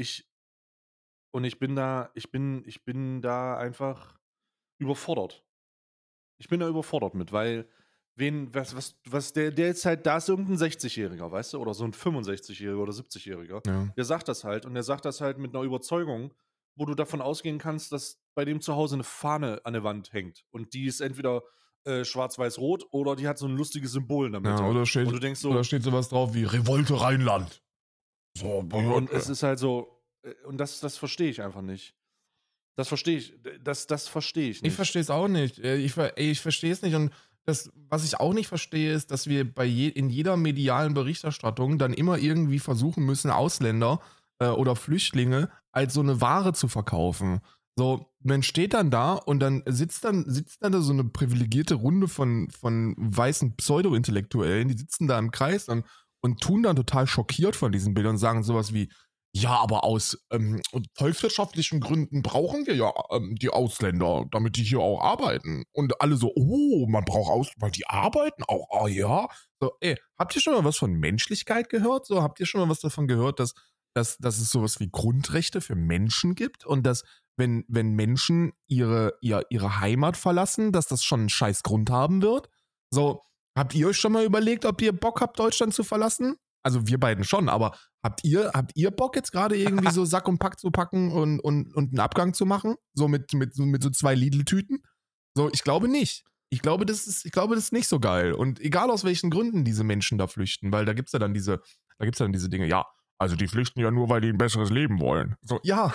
ich bin da einfach überfordert. Ich bin da überfordert mit, weil der ist halt, da ist irgendein 60-Jähriger, weißt du, oder so ein 65-Jähriger oder 70-Jähriger. Ja. Der sagt das halt und der sagt das halt mit einer Überzeugung, wo du davon ausgehen kannst, dass bei dem zu Hause eine Fahne an der Wand hängt und die ist entweder schwarz-weiß-rot oder die hat so ein lustiges Symbol in der Ja, Mitte. oder Und du denkst so, steht sowas drauf wie Revolte Rheinland. So, und es ist halt so, und das verstehe ich einfach nicht. Das verstehe ich, das verstehe ich Ich nicht. verstehe es auch nicht. Ich verstehe es nicht. Und was ich auch nicht verstehe, ist, dass wir in jeder medialen Berichterstattung dann immer irgendwie versuchen müssen, Ausländer oder Flüchtlinge als so eine Ware zu verkaufen. So, man steht dann da und dann sitzt dann da so eine privilegierte Runde von weißen Pseudo-Intellektuellen, die sitzen da im Kreis und tun dann total schockiert von diesen Bildern und sagen sowas wie, ja, aber aus volkswirtschaftlichen Gründen brauchen wir ja die Ausländer, damit die hier auch arbeiten. Und alle so, oh, man braucht weil die arbeiten auch, oh ja. So, habt ihr schon mal was von Menschlichkeit gehört? So, habt ihr schon mal was davon gehört, dass es sowas wie Grundrechte für Menschen gibt und dass, wenn Menschen ihre Heimat verlassen, dass das schon einen scheiß Grund haben wird? So, habt ihr euch schon mal überlegt, ob ihr Bock habt, Deutschland zu verlassen? Also wir beiden schon, aber habt ihr Bock jetzt gerade irgendwie so Sack und Pack zu packen und einen Abgang zu machen? So mit so 2 Lidl-Tüten? So, ich glaube nicht. Ich glaube, das ist nicht so geil. Und egal aus welchen Gründen diese Menschen da flüchten, weil da gibt's ja dann diese Dinge, ja, also die flüchten ja nur, weil die ein besseres Leben wollen. So, ja.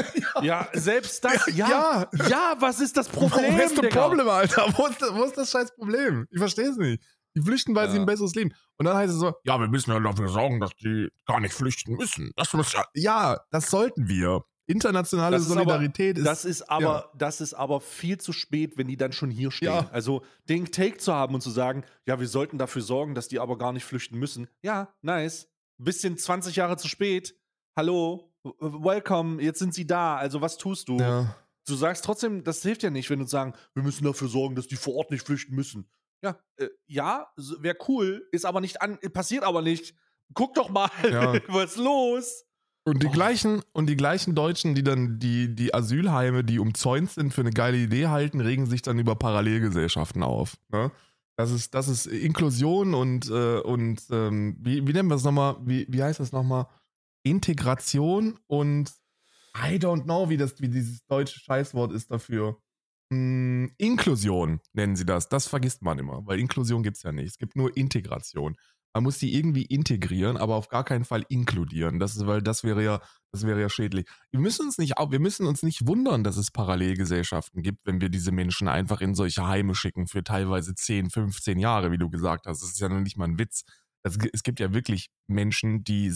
Ja, selbst das, Ja. ja, was ist das Problem, Wo ist das Digga? Problem, Alter? Wo ist das scheiß Problem? Ich verstehe es nicht. Die flüchten, weil sie ein besseres Leben. Und dann heißt es so, ja, wir müssen ja dafür sorgen, dass die gar nicht flüchten müssen. Das muss ja, das sollten wir. Internationale Solidarität das ist aber viel zu spät, wenn die dann schon hier stehen. Ja. Also den Take zu haben und zu sagen, ja, wir sollten dafür sorgen, dass die aber gar nicht flüchten müssen. Ja, nice. Bisschen 20 Jahre zu spät. Hallo, welcome, jetzt sind sie da. Also was tust du? Ja. Du sagst trotzdem, das hilft ja nicht, wenn du sagen, wir müssen dafür sorgen, dass die vor Ort nicht flüchten müssen. Ja, wäre cool, ist aber nicht passiert aber nicht. Guck doch mal, Ja. was ist los? Und die gleichen Deutschen, die dann die Asylheime, die umzäunt sind, für eine geile Idee halten, regen sich dann über Parallelgesellschaften auf. Ne? Das ist Inklusion und wie nennen wir es nochmal? Wie heißt das nochmal? Integration und I don't know, wie dieses deutsche Scheißwort ist dafür. Inklusion nennen sie das. Das vergisst man immer, weil Inklusion gibt es ja nicht. Es gibt nur Integration. Man muss die irgendwie integrieren, aber auf gar keinen Fall inkludieren. Das wäre ja schädlich. Wir müssen uns nicht wundern, dass es Parallelgesellschaften gibt, wenn wir diese Menschen einfach in solche Heime schicken für teilweise 10, 15 Jahre, wie du gesagt hast. Das ist ja noch nicht mal ein Witz. Es gibt ja wirklich Menschen, die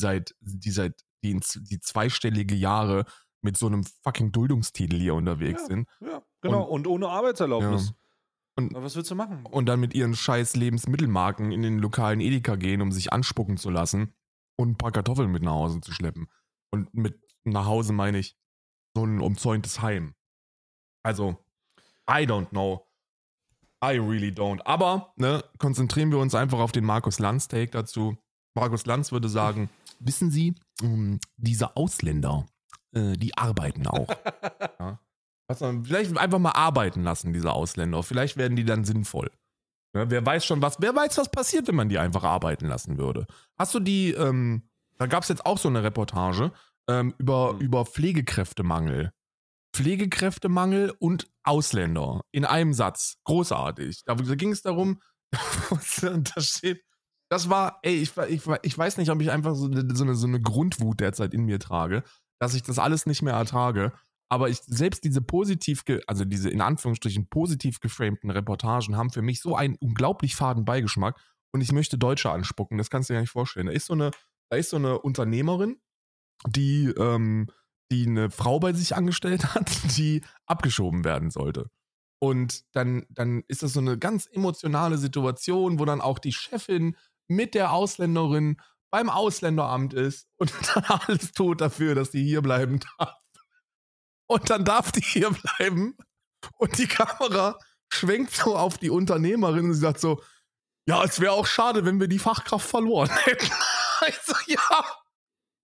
zweistellige Jahre mit so einem fucking Duldungstitel hier unterwegs sind. Ja, genau. Und ohne Arbeitserlaubnis. Ja. Und was willst du machen? Und dann mit ihren scheiß Lebensmittelmarken in den lokalen Edeka gehen, um sich anspucken zu lassen und ein paar Kartoffeln mit nach Hause zu schleppen. Und mit nach Hause meine ich so ein umzäuntes Heim. Also, I don't know. I really don't. Aber, konzentrieren wir uns einfach auf den Markus Lanz-Take dazu. Markus Lanz würde sagen, wissen Sie, diese Ausländer, die arbeiten auch. Ja? Vielleicht einfach mal arbeiten lassen, diese Ausländer. Vielleicht werden die dann sinnvoll. Ja, wer weiß, was passiert, wenn man die einfach arbeiten lassen würde. Hast du da gab es jetzt auch so eine Reportage über Pflegekräftemangel. Pflegekräftemangel und Ausländer in einem Satz. Großartig. Da ging es darum, da steht, das war, ich weiß nicht, ob ich einfach so eine Grundwut derzeit in mir trage, dass ich das alles nicht mehr ertrage. Aber selbst diese diese in Anführungsstrichen positiv geframten Reportagen haben für mich so einen unglaublich faden Beigeschmack und ich möchte Deutsche anspucken, das kannst du dir gar nicht vorstellen. Da ist so eine Unternehmerin, die eine Frau bei sich angestellt hat, die abgeschoben werden sollte. Und dann ist das so eine ganz emotionale Situation, wo dann auch die Chefin mit der Ausländerin beim Ausländeramt ist und dann alles tut dafür, dass die hier bleiben darf. Und dann darf die hier bleiben und die Kamera schwenkt so auf die Unternehmerin und sie sagt so, ja, es wäre auch schade, wenn wir die Fachkraft verloren hätten. Also, ja,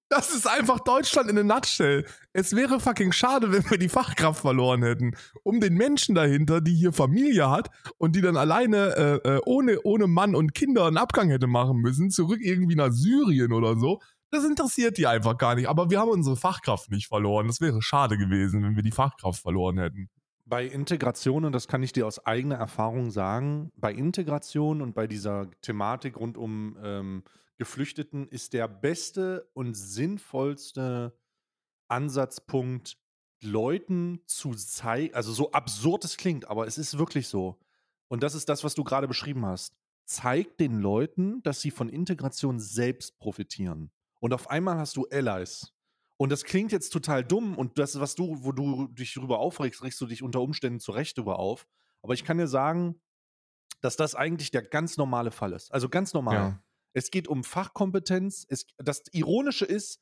Das ist einfach Deutschland in a nutshell. Es wäre fucking schade, wenn wir die Fachkraft verloren hätten. Um den Menschen dahinter, die hier Familie hat und die dann alleine ohne Mann und Kinder einen Abgang hätte machen müssen, zurück irgendwie nach Syrien oder so. Das interessiert die einfach gar nicht. Aber wir haben unsere Fachkraft nicht verloren. Das wäre schade gewesen, wenn wir die Fachkraft verloren hätten. Bei Integration, und das kann ich dir aus eigener Erfahrung sagen, bei Integration und bei dieser Thematik rund um Geflüchteten ist der beste und sinnvollste Ansatzpunkt, Leuten zu zeigen, also so absurd es klingt, aber es ist wirklich so. Und das ist das, was du gerade beschrieben hast. Zeig den Leuten, dass sie von Integration selbst profitieren. Und auf einmal hast du Allies. Und das klingt jetzt total dumm und das, wo du dich darüber aufregst, regst du dich unter Umständen zu Recht darüber auf. Aber ich kann dir sagen, dass das eigentlich der ganz normale Fall ist. Also ganz normal. Ja. Es geht um Fachkompetenz. Das Ironische ist,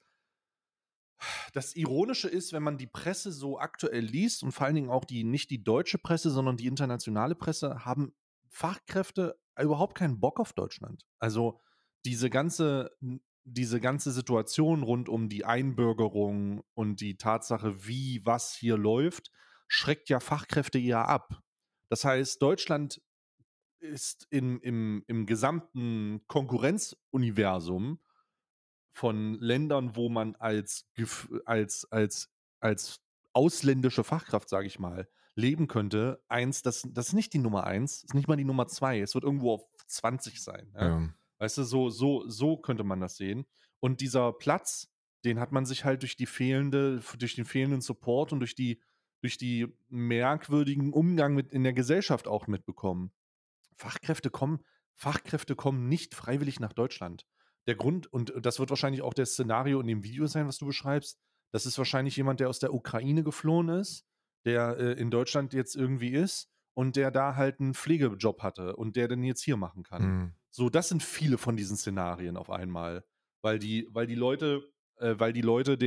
wenn man die Presse so aktuell liest und vor allen Dingen auch nicht die deutsche Presse, sondern die internationale Presse, haben Fachkräfte überhaupt keinen Bock auf Deutschland. Also diese ganze, diese ganze Situation rund um die Einbürgerung und die Tatsache, wie was hier läuft, schreckt ja Fachkräfte eher ab. Das heißt, Deutschland ist im gesamten Konkurrenzuniversum von Ländern, wo man als ausländische Fachkraft, sage ich mal, leben könnte, das ist nicht die Nummer 1, ist nicht mal die Nummer 2, es wird irgendwo auf 20 sein. Ja? Ja. Weißt du, so könnte man das sehen. Und dieser Platz, den hat man sich halt durch den fehlenden Support und durch die merkwürdigen Umgang in der Gesellschaft auch mitbekommen. Fachkräfte kommen nicht freiwillig nach Deutschland. Der Grund, und das wird wahrscheinlich auch das Szenario in dem Video sein, was du beschreibst, das ist wahrscheinlich jemand, der aus der Ukraine geflohen ist, der in Deutschland jetzt irgendwie ist und der da halt einen Pflegejob hatte und der dann jetzt hier machen kann. Mhm. So, das sind viele von diesen Szenarien auf einmal, weil die Leute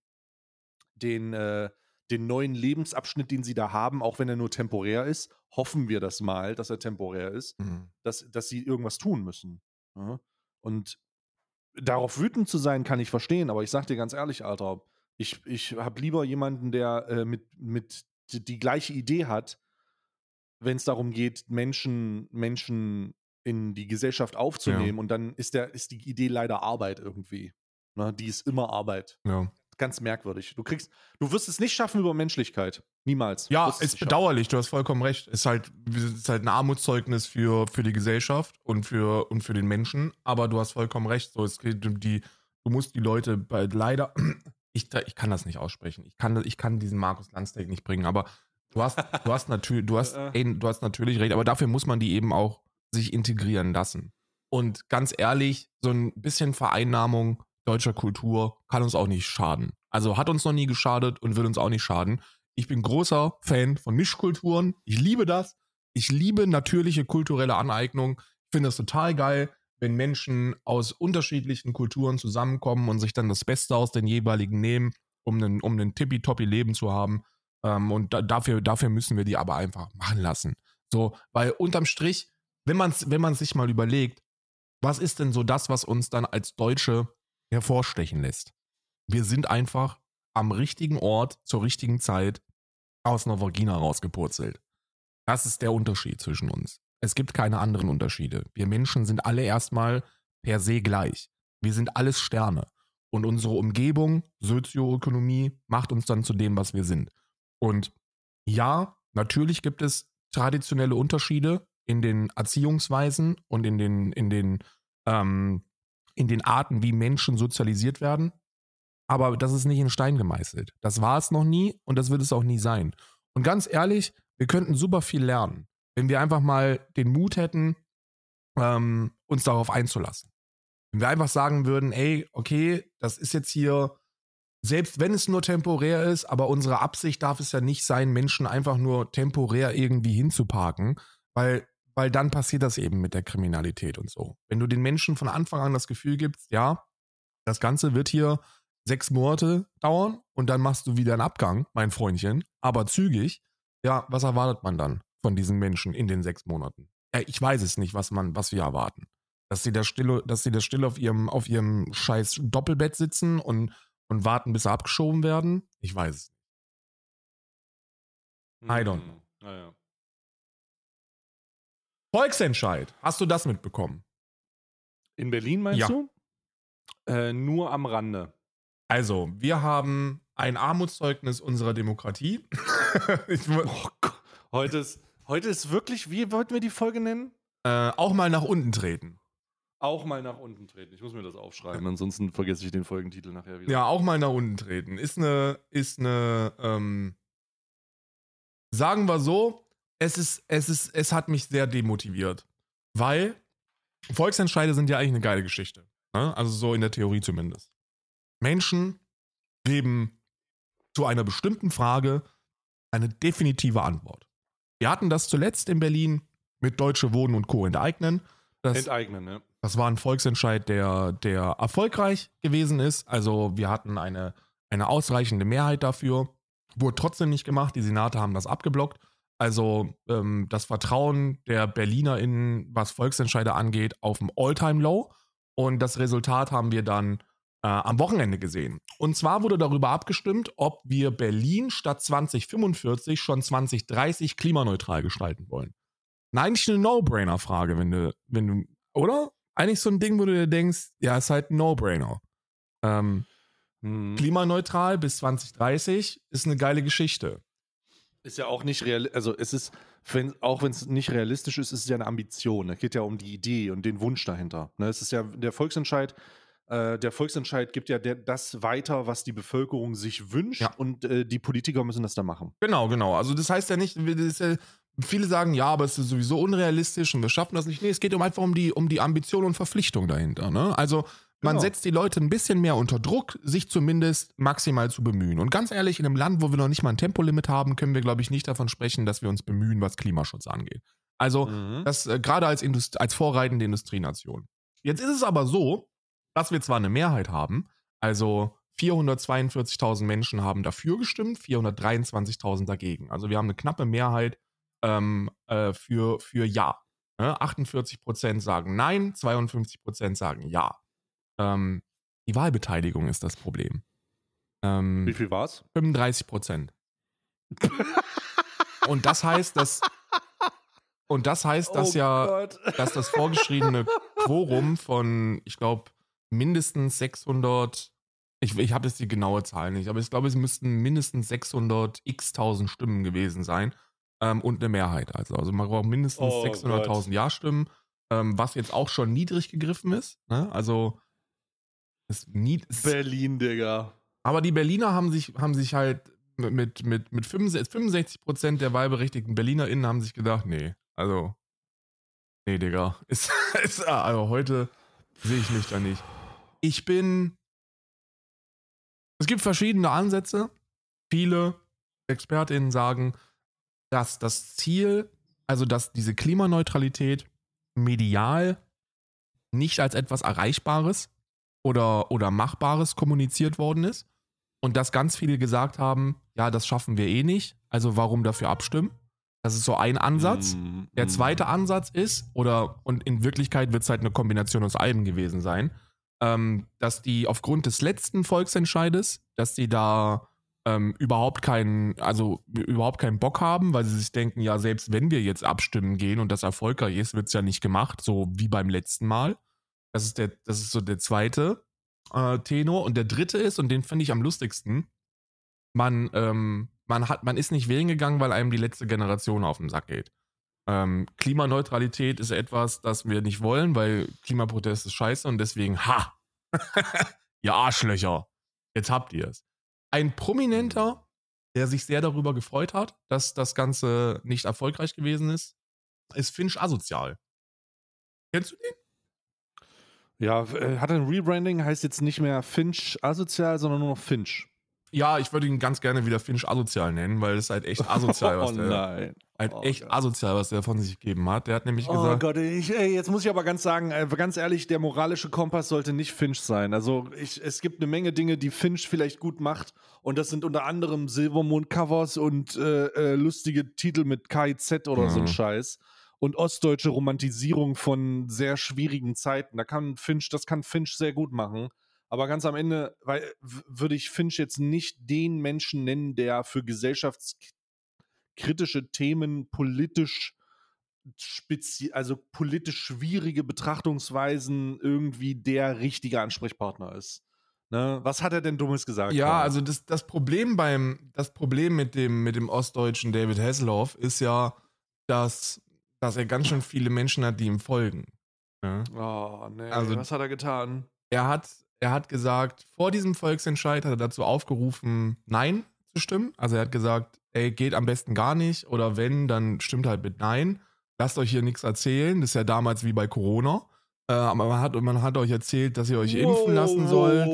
den neuen Lebensabschnitt, den sie da haben, auch wenn er nur temporär ist, hoffen wir das mal, dass er temporär ist, Mhm. dass sie irgendwas tun müssen. Ja? Und darauf wütend zu sein, kann ich verstehen, aber ich sag dir ganz ehrlich, Alter, ich habe lieber jemanden, der mit die gleiche Idee hat, wenn es darum geht, Menschen in die Gesellschaft aufzunehmen, und dann ist die Idee leider Arbeit irgendwie. Ne? Die ist immer Arbeit. Ja. Ganz merkwürdig. Du wirst es nicht schaffen über Menschlichkeit. Niemals. Ja, Wirst es ist nicht schaffen. bedauerlich, du hast vollkommen recht. Ist halt ein Armutszeugnis für die Gesellschaft und für den Menschen, aber du hast vollkommen recht. So, es geht du musst die Leute leider, ich kann das nicht aussprechen. Ich kann diesen Markus Landsberg nicht bringen, aber du hast natürlich recht, aber dafür muss man die eben auch sich integrieren lassen. Und ganz ehrlich, so ein bisschen Vereinnahmung deutscher Kultur kann uns auch nicht schaden. Also hat uns noch nie geschadet und wird uns auch nicht schaden. Ich bin großer Fan von Mischkulturen. Ich liebe das. Ich liebe natürliche kulturelle Aneignung. Ich finde das total geil, wenn Menschen aus unterschiedlichen Kulturen zusammenkommen und sich dann das Beste aus den jeweiligen nehmen, um einen tippitoppi Leben zu haben. Und dafür müssen wir die aber einfach machen lassen. So, weil unterm Strich, wenn man sich mal überlegt, was ist denn so das, was uns dann als Deutsche hervorstechen lässt? Wir sind einfach am richtigen Ort zur richtigen Zeit aus einer Vagina rausgepurzelt. Das ist der Unterschied zwischen uns. Es gibt keine anderen Unterschiede. Wir Menschen sind alle erstmal per se gleich. Wir sind alles Sterne. Und unsere Umgebung, Sozioökonomie, macht uns dann zu dem, was wir sind. Und ja, natürlich gibt es traditionelle Unterschiede in den Erziehungsweisen und in den Arten, wie Menschen sozialisiert werden. Aber das ist nicht in Stein gemeißelt. Das war es noch nie und das wird es auch nie sein. Und ganz ehrlich, wir könnten super viel lernen, wenn wir einfach mal den Mut hätten, uns darauf einzulassen. Wenn wir einfach sagen würden, ey, okay, das ist jetzt hier, selbst wenn es nur temporär ist, aber unsere Absicht darf es ja nicht sein, Menschen einfach nur temporär irgendwie hinzuparken, weil dann passiert das eben mit der Kriminalität und so. Wenn du den Menschen von Anfang an das Gefühl gibst, ja, das Ganze wird hier 6 Monate dauern und dann machst du wieder einen Abgang, mein Freundchen, aber zügig. Ja, was erwartet man dann von diesen Menschen in den 6 Monaten? Ich weiß es nicht, was wir erwarten. Dass sie da still auf ihrem scheiß Doppelbett sitzen und warten, bis sie abgeschoben werden? Ich weiß es nicht. I don't know. Naja. Volksentscheid. Hast du das mitbekommen? In Berlin meinst Ja. du? Nur am Rande. Also, wir haben ein Armutszeugnis unserer Demokratie. Oh Gott. Heute ist wirklich, wie wollten wir die Folge nennen? Auch mal nach unten treten. Auch mal nach unten treten. Ich muss mir das aufschreiben, ansonsten vergesse ich den Folgentitel nachher wieder. Ja, auch mal nach unten treten. Sagen wir so, es hat mich sehr demotiviert. Weil Volksentscheide sind ja eigentlich eine geile Geschichte. Ne? Also so in der Theorie zumindest. Menschen geben zu einer bestimmten Frage eine definitive Antwort. Wir hatten das zuletzt in Berlin mit Deutsche Wohnen und Co. enteignen. Enteignen, ne? Das war ein Volksentscheid, der erfolgreich gewesen ist. Also wir hatten eine ausreichende Mehrheit dafür. Wurde trotzdem nicht gemacht. Die Senate haben das abgeblockt. Also das Vertrauen der BerlinerInnen, was Volksentscheide angeht, auf dem All-Time-Low. Und das Resultat haben wir dann am Wochenende gesehen. Und zwar wurde darüber abgestimmt, ob wir Berlin statt 2045 schon 2030 klimaneutral gestalten wollen. Eigentlich eine No-Brainer-Frage, wenn du, oder? Eigentlich so ein Ding, wo du dir denkst, ja, ist halt ein No-Brainer. Klimaneutral bis 2030 ist eine geile Geschichte. Ist ja auch nicht real, also es ist, auch wenn es nicht realistisch ist, ist es ja eine Ambition. Es geht ja um die Idee und den Wunsch dahinter. Ne? Es ist ja der Volksentscheid gibt ja das weiter, was die Bevölkerung sich wünscht, Ja. und die Politiker müssen das dann machen. Genau. Also das heißt ja nicht, viele sagen, ja, aber es ist sowieso unrealistisch und wir schaffen das nicht. Nee, es geht einfach um die Ambition und Verpflichtung dahinter. Ne? Also man setzt die Leute ein bisschen mehr unter Druck, sich zumindest maximal zu bemühen. Und ganz ehrlich, in einem Land, wo wir noch nicht mal ein Tempolimit haben, können wir, glaube ich, nicht davon sprechen, dass wir uns bemühen, was Klimaschutz angeht. Also das gerade als vorreitende Industrienation. Jetzt ist es aber so, dass wir zwar eine Mehrheit haben, also 442.000 Menschen haben dafür gestimmt, 423.000 dagegen. Also wir haben eine knappe Mehrheit für Ja. 48% sagen Nein, 52% sagen Ja. Die Wahlbeteiligung ist das Problem. Wie viel war's? 35%. Und das heißt, dass dass das vorgeschriebene Quorum von, ich glaube, mindestens 600, ich habe jetzt die genaue Zahl nicht, aber ich glaube, es müssten mindestens 600 x-tausend Stimmen gewesen sein und eine Mehrheit. Also man braucht mindestens 600.000 Ja-Stimmen, was jetzt auch schon niedrig gegriffen ist. Ne? Also Berlin, Digga. Aber die Berliner haben sich halt mit 65% der wahlberechtigten BerlinerInnen haben sich gedacht, nee, Digga. Also heute sehe ich mich da nicht. Es gibt verschiedene Ansätze. Viele ExpertInnen sagen, dass das Ziel, also dass diese Klimaneutralität medial nicht als etwas Erreichbares oder Machbares kommuniziert worden ist und dass ganz viele gesagt haben, ja, das schaffen wir eh nicht, also warum dafür abstimmen? Das ist so ein Ansatz. Der zweite Ansatz ist, und in Wirklichkeit wird es halt eine Kombination aus allem gewesen sein, dass die aufgrund des letzten Volksentscheides, dass die da überhaupt keinen Bock haben, weil sie sich denken, ja, selbst wenn wir jetzt abstimmen gehen und das erfolgreich ist, wird es ja nicht gemacht, so wie beim letzten Mal. Das ist so der zweite Tenor. Und der dritte ist, und den finde ich am lustigsten, man ist nicht wählen gegangen, weil einem die letzte Generation auf den Sack geht. Klimaneutralität ist etwas, das wir nicht wollen, weil Klimaprotest ist scheiße und deswegen, ihr Arschlöcher, jetzt habt ihr es. Ein Prominenter, der sich sehr darüber gefreut hat, dass das Ganze nicht erfolgreich gewesen ist Finch Asozial. Kennst du den? Ja, hat ein Rebranding, heißt jetzt nicht mehr Finch Asozial, sondern nur noch Finch. Ja, ich würde ihn ganz gerne wieder Finch Asozial nennen, weil es halt echt asozial, was der von sich gegeben hat. Der hat nämlich gesagt... Oh Gott, jetzt muss ich aber ganz ehrlich, der moralische Kompass sollte nicht Finch sein. Also es gibt eine Menge Dinge, die Finch vielleicht gut macht, und das sind unter anderem Silbermond-Covers und lustige Titel mit KIZ oder so ein Scheiß. und ostdeutsche Romantisierung von sehr schwierigen Zeiten. Das kann Finch sehr gut machen. Aber ganz am Ende würde ich Finch jetzt nicht den Menschen nennen, der für gesellschaftskritische Themen politisch politisch schwierige Betrachtungsweisen irgendwie der richtige Ansprechpartner ist. Ne? Was hat er denn Dummes gesagt? Ja, gerade? also das Problem mit dem ostdeutschen David Hasselhoff ist ja, dass er ganz schön viele Menschen hat, die ihm folgen. Ja? Oh, nee, Also was hat er getan? er hat gesagt, vor diesem Volksentscheid hat er dazu aufgerufen, Nein zu stimmen. Also er hat gesagt, ey, geht am besten gar nicht oder wenn, dann stimmt halt mit Nein. Lasst euch hier nichts erzählen. Das ist ja damals wie bei Corona. Aber man hat euch erzählt, dass ihr euch impfen lassen sollt.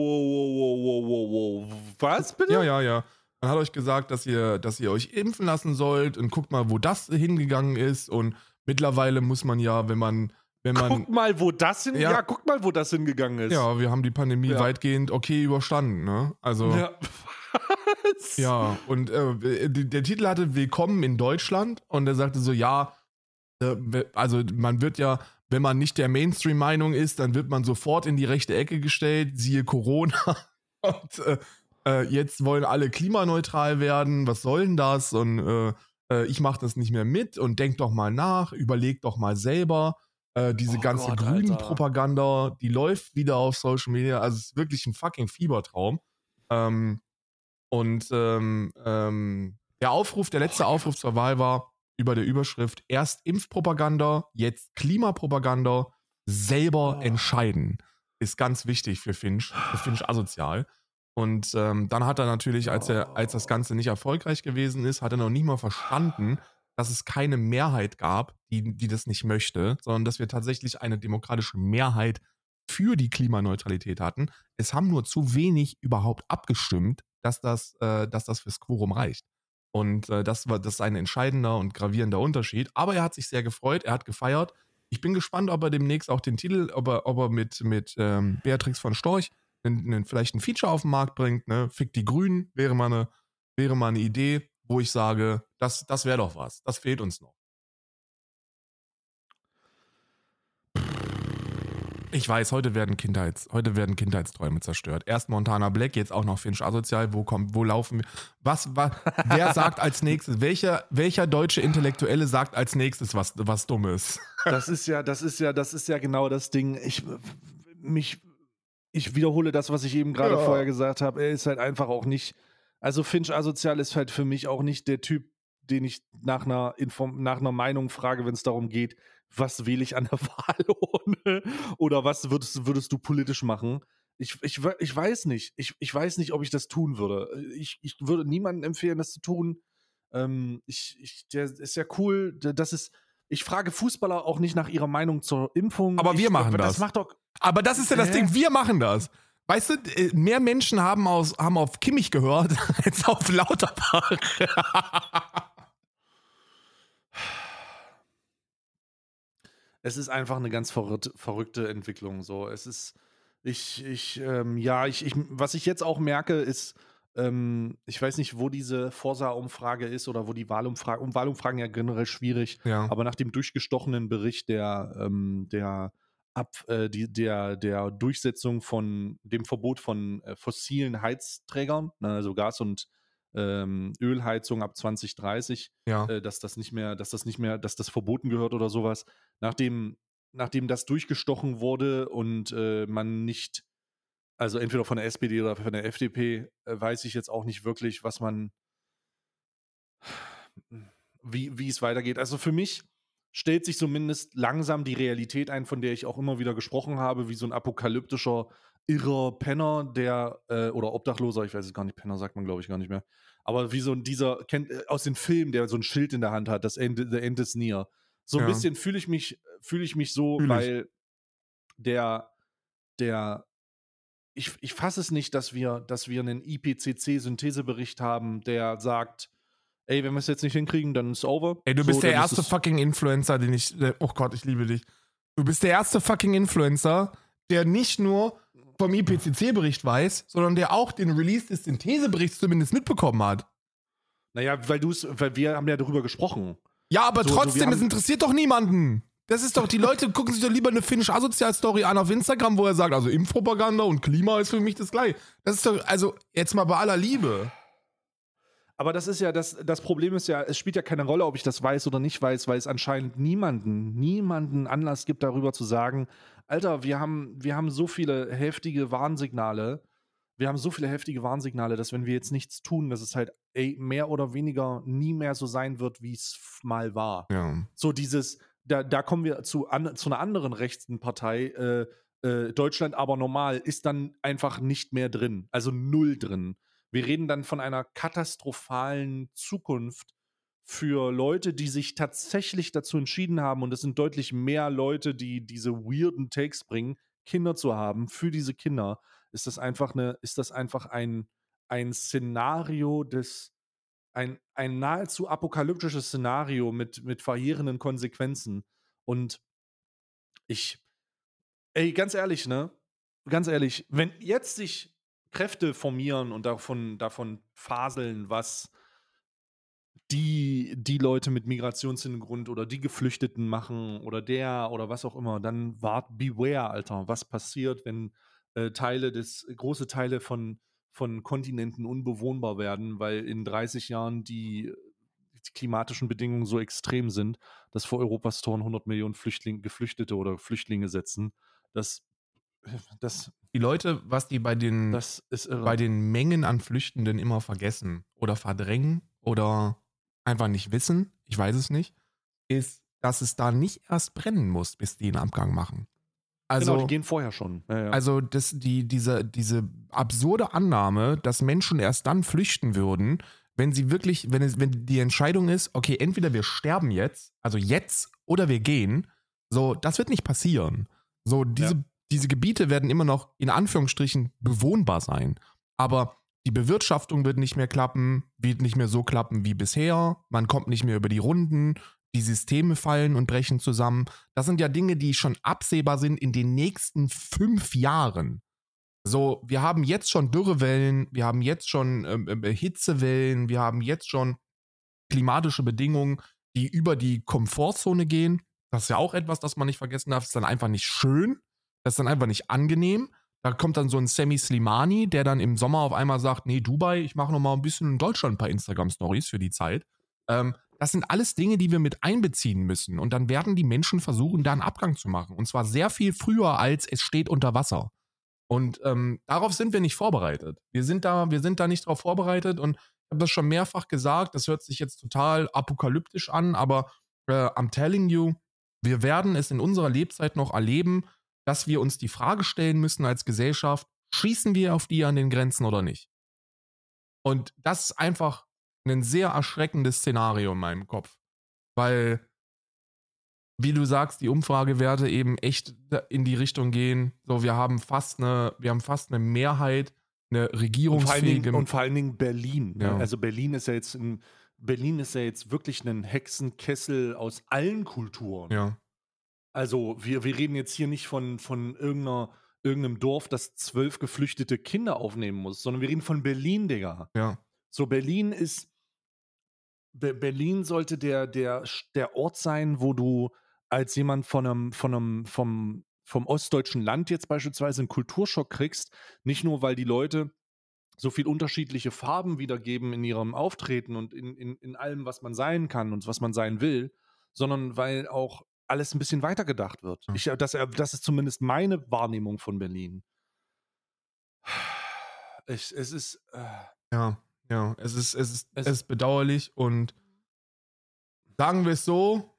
Was bitte? Ja. Man hat euch gesagt, dass ihr euch impfen lassen sollt und guckt mal, wo das hingegangen ist. Und mittlerweile muss man ja, wenn man Guck mal, wo das Ja. guck mal, wo das hingegangen ist. ja, wir haben die Pandemie weitgehend okay überstanden, ne? Also Ja. Was? ja, und der Titel hatte Willkommen in Deutschland und er sagte so, ja, also man wird ja, wenn man nicht der Mainstream-Meinung ist, dann wird man sofort in die rechte Ecke gestellt, siehe Corona. Und jetzt wollen alle klimaneutral werden, was soll denn das? Und ich mache das nicht mehr mit und denk doch mal nach, überleg doch mal selber. Diese Oh ganze Gott, grünen Alter. Propaganda, die läuft wieder auf Social Media, also es ist wirklich ein fucking Fiebertraum. Der letzte Aufruf zur Wahl war über der Überschrift erst Impfpropaganda, jetzt Klimapropaganda, selber entscheiden. Ist ganz wichtig für Finch asozial. Und dann hat er natürlich, als das Ganze nicht erfolgreich gewesen ist, hat er noch nicht mal verstanden, dass es keine Mehrheit gab, die das nicht möchte, sondern dass wir tatsächlich eine demokratische Mehrheit für die Klimaneutralität hatten. Es haben nur zu wenig überhaupt abgestimmt, dass das fürs Quorum reicht. Und das ist ein entscheidender und gravierender Unterschied. Aber er hat sich sehr gefreut, er hat gefeiert. Ich bin gespannt, ob er demnächst auch den Titel, ob er mit Beatrix von Storch vielleicht ein Feature auf den Markt bringt. Ne? Fick die Grünen wäre mal eine Idee, wo ich sage, das wäre doch was. Das fehlt uns noch. Ich weiß, heute werden Kindheitsträume zerstört. Erst Montana Black, jetzt auch noch Finch asozial. Wo laufen wir? Wer sagt als nächstes? Welcher deutsche Intellektuelle sagt als nächstes was Dummes? Das ist ja genau das Ding. Ich wiederhole das, was ich eben gerade vorher gesagt habe. Er ist halt einfach auch nicht. Also Finch asozial ist halt für mich auch nicht der Typ, den ich nach einer Meinung frage, wenn es darum geht, was wähle ich an der Wahlurne oder was würdest du politisch machen. Ich weiß nicht. Ich weiß nicht, ob ich das tun würde. Ich würde niemandem empfehlen, das zu tun. Der ist ja cool. Ich frage Fußballer auch nicht nach ihrer Meinung zur Impfung. Aber wir machen das. Das macht doch. Aber das ist ja das Ding, wir machen das. Weißt du, mehr Menschen haben auf Kimmich gehört als auf Lauterbach. Es ist einfach eine ganz verrückte Entwicklung. So, es ist, was ich jetzt auch merke, ist, ich weiß nicht, wo diese Forsa-Umfrage ist oder wo die Wahlumfragen ja generell schwierig, Ja. aber nach dem durchgestochenen Bericht der Durchsetzung von dem Verbot von fossilen Heizträgern, ne, also Gas- und Ölheizung ab 2030, Ja. dass das verboten gehört oder sowas. Nachdem das durchgestochen wurde und man nicht, also entweder von der SPD oder von der FDP, weiß ich jetzt auch nicht wirklich, wie es weitergeht. Also für mich stellt sich zumindest langsam die Realität ein, von der ich auch immer wieder gesprochen habe, wie so ein apokalyptischer, irrer Penner, oder Obdachloser, ich weiß es gar nicht, Penner sagt man, glaube ich, gar nicht mehr, aber wie so aus den Filmen, der so ein Schild in der Hand hat, The End is near. So ein bisschen fühle ich mich so, weil ich fasse es nicht, dass wir einen IPCC-Synthesebericht haben, der sagt, ey, wenn wir es jetzt nicht hinkriegen, dann ist es over. Ey, du bist der erste fucking Influencer, oh Gott, ich liebe dich. Du bist der erste fucking Influencer, der nicht nur vom IPCC-Bericht weiß, sondern der auch den Release des Syntheseberichts zumindest mitbekommen hat. Naja, weil wir haben ja darüber gesprochen. Ja, aber So, wir trotzdem, es haben, interessiert doch niemanden. Das ist doch, die Leute gucken sich doch lieber eine finnisch-asozial-Story an auf Instagram, wo er sagt, also Impfpropaganda und Klima ist für mich das gleiche. Das ist doch, also jetzt mal bei aller Liebe. aber das ist ja, das Problem ist ja, es spielt ja keine Rolle, ob ich das weiß oder nicht weiß, weil es anscheinend niemanden Anlass gibt, darüber zu sagen, Alter, wir haben so viele heftige Warnsignale, dass wenn wir jetzt nichts tun, dass es halt mehr oder weniger nie mehr so sein wird, wie es mal war. Ja. So dieses, da kommen wir zu einer anderen rechten Partei, Deutschland aber normal, ist dann einfach nicht mehr drin, also null drin. Wir reden dann von einer katastrophalen Zukunft für Leute, die sich tatsächlich dazu entschieden haben, und es sind deutlich mehr Leute, die diese weirden Takes bringen, Kinder zu haben. Für diese Kinder ist das einfach ein Szenario ein nahezu apokalyptisches Szenario mit verheerenden Konsequenzen. Und ich, ganz ehrlich, ne? Ganz ehrlich, wenn jetzt sich Kräfte formieren und davon faseln, was die Leute mit Migrationshintergrund oder die Geflüchteten machen oder was auch immer, dann beware, Alter, was passiert, wenn große Teile von Kontinenten unbewohnbar werden, weil in 30 Jahren die klimatischen Bedingungen so extrem sind, dass vor Europas Toren 100 Millionen Geflüchtete oder Flüchtlinge setzen. Das, das, Die Leute, was die das ist bei irre. den Mengen an Flüchtenden immer vergessen oder verdrängen oder einfach nicht wissen, ich weiß es nicht, ist, dass es da nicht erst brennen muss, bis die einen Abgang machen. Genau, die Also, gehen vorher schon. Ja, ja. also diese absurde Annahme, dass Menschen erst dann flüchten würden, wenn sie wirklich, wenn die Entscheidung ist, okay, entweder wir sterben jetzt, also jetzt, oder wir gehen, so, das wird nicht passieren. So, Ja. diese Gebiete werden immer noch in Anführungsstrichen bewohnbar sein. Aber die Bewirtschaftung wird nicht mehr klappen, wird nicht mehr so klappen wie bisher, man kommt nicht mehr über die Runden, die Systeme fallen und brechen zusammen. Das sind ja Dinge, die schon absehbar sind in den nächsten 5 Jahren. So, wir haben jetzt schon Dürrewellen, wir haben jetzt schon Hitzewellen, wir haben jetzt schon klimatische Bedingungen, die über die Komfortzone gehen. Das ist ja auch etwas, das man nicht vergessen darf. Das ist dann einfach nicht schön, das ist dann einfach nicht angenehm. Da kommt dann so ein Sammy Slimani, der dann im Sommer auf einmal sagt, nee, Dubai, ich mache noch mal ein bisschen in Deutschland ein paar Instagram-Stories für die Zeit. Das sind alles Dinge, die wir mit einbeziehen müssen. Und dann werden die Menschen versuchen, da einen Abgang zu machen. Und zwar sehr viel früher, als es steht unter Wasser. Und darauf sind wir nicht vorbereitet. Wir sind da nicht darauf vorbereitet und ich habe das schon mehrfach gesagt, das hört sich jetzt total apokalyptisch an, aber I'm telling you, wir werden es in unserer Lebzeit noch erleben, dass wir uns die Frage stellen müssen als Gesellschaft, schießen wir auf die an den Grenzen oder nicht? Und das ist einfach ein sehr erschreckendes Szenario in meinem Kopf, weil wie du sagst, die Umfragewerte eben echt in die Richtung gehen. So, wir haben fast eine Mehrheit, eine regierungsfähige. Und vor allen Dingen Berlin. Ne? Ja, Also Berlin ist ja jetzt wirklich ein Hexenkessel aus allen Kulturen. ja, Also wir reden jetzt hier nicht von irgendeinem Dorf, das 12 geflüchtete Kinder aufnehmen muss, sondern wir reden von Berlin, Digga. ja, So, Berlin sollte der Ort sein, wo du als jemand vom ostdeutschen Land jetzt beispielsweise einen Kulturschock kriegst. Nicht nur, weil die Leute so viel unterschiedliche Farben wiedergeben in ihrem Auftreten und in allem, was man sein kann und was man sein will, sondern weil auch alles ein bisschen weitergedacht wird. ja, Das ist zumindest meine Wahrnehmung von Berlin. Es ist, ja, ja. Es es, ist bedauerlich und sagen wir es so,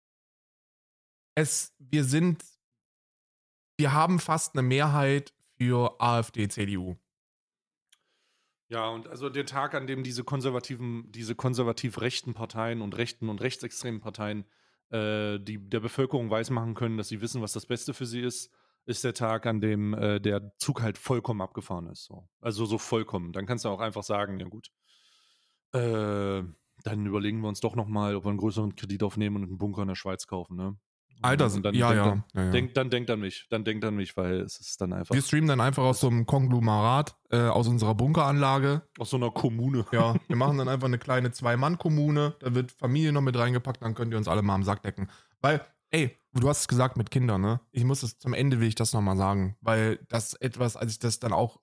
wir haben fast eine Mehrheit für AfD, CDU. ja, und also der Tag, an dem diese konservativ rechten Parteien und rechten und rechtsextremen Parteien die der Bevölkerung weismachen können, dass sie wissen, was das Beste für sie ist der Tag, an dem der Zug halt vollkommen abgefahren ist. So. Also so vollkommen. Dann kannst du auch einfach sagen, ja gut, dann überlegen wir uns doch nochmal, ob wir einen größeren Kredit aufnehmen und einen Bunker in der Schweiz kaufen, ne? Alter, Und dann ja. denkt an mich. Dann denkt an mich, weil es ist dann einfach Wir streamen dann einfach aus so einem Konglomerat, aus unserer Bunkeranlage. aus so einer Kommune. Ja, wir machen dann einfach eine kleine 2-Mann-Kommune. Da wird Familie noch mit reingepackt, dann könnt ihr uns alle mal am Sack decken. Weil, ey, du hast es gesagt mit Kindern, ne? Ich muss es zum Ende will ich das nochmal sagen. Weil das etwas, als ich das dann auch.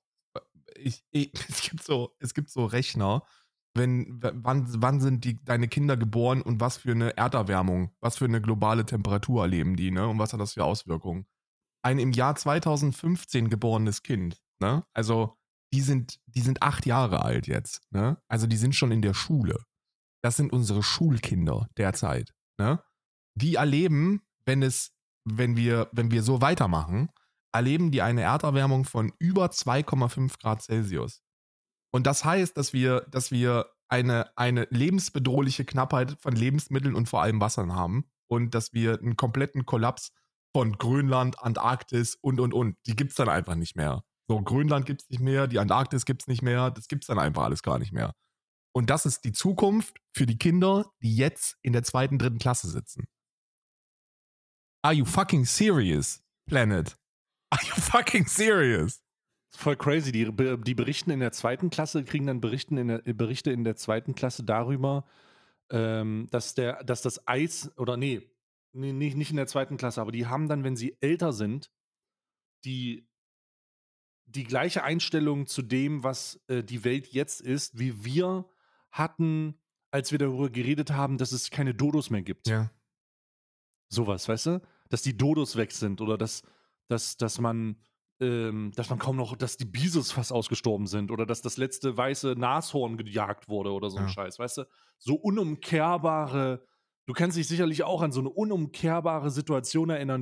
Es gibt so Rechner, wann sind deine Kinder geboren und was für eine Erderwärmung, was für eine globale Temperatur erleben die, ne? Und was hat das für Auswirkungen? Ein im Jahr 2015 geborenes Kind, ne? Also, die sind 8 Jahre alt jetzt, ne? Also, die sind schon in der Schule. Das sind unsere Schulkinder derzeit, ne? Die erleben, wenn wir so weitermachen, erleben die eine Erderwärmung von über 2,5 Grad Celsius. Und das heißt, dass wir eine lebensbedrohliche Knappheit von Lebensmitteln und vor allem Wassern haben und dass wir einen kompletten Kollaps von Grönland, Antarktis und. Die gibt's dann einfach nicht mehr. So, Grönland gibt's nicht mehr, die Antarktis gibt's nicht mehr, das gibt's dann einfach alles gar nicht mehr. Und das ist die Zukunft für die Kinder, die jetzt in der 2., 3. Klasse sitzen. Are you fucking serious, Planet? Are you fucking serious? Voll crazy. Die berichten in der 2. Klasse, kriegen dann Berichte in der 2. Klasse darüber, dass das Eis, oder nicht in der 2. Klasse, aber die haben dann, wenn sie älter sind, die gleiche Einstellung zu dem, was die Welt jetzt ist, wie wir hatten, als wir darüber geredet haben, dass es keine Dodos mehr gibt. Ja. Sowas, weißt du? Dass die Dodos weg sind oder dass man kaum noch, dass die Bisos fast ausgestorben sind oder dass das letzte weiße Nashorn gejagt wurde oder so ein Ja. Scheiß, weißt du? So unumkehrbare, du kannst dich sicherlich auch an so eine unumkehrbare Situation erinnern,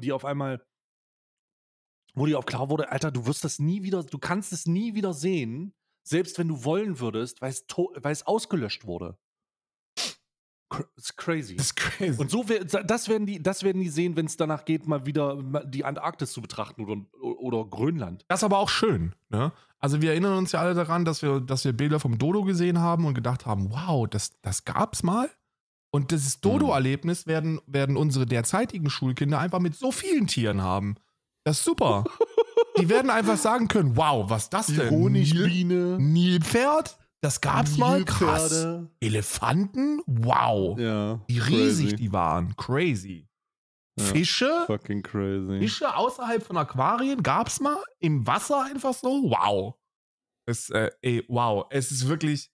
wo dir auch klar wurde, Alter, du kannst es nie wieder sehen, selbst wenn du wollen würdest, weil es ausgelöscht wurde. It's crazy. Das ist crazy. Und das werden die sehen, wenn es danach geht, mal wieder die Antarktis zu betrachten oder Grönland. Das ist aber auch schön, ne? Also wir erinnern uns ja alle daran, dass wir Bilder vom Dodo gesehen haben und gedacht haben, wow, das gab's mal. Und dieses Dodo-Erlebnis werden unsere derzeitigen Schulkinder einfach mit so vielen Tieren haben. Das ist super. Die werden einfach sagen können, wow, was ist das denn? Honigbiene. Nilpferd? Das gab's mal? Krass. Nilpferde. Elefanten? Wow. Ja. Wie riesig crazy. die waren. Crazy. Ja, Fische? Fucking crazy. Fische außerhalb von Aquarien gab's mal? Im Wasser einfach so? Wow. Wow. Es ist wirklich.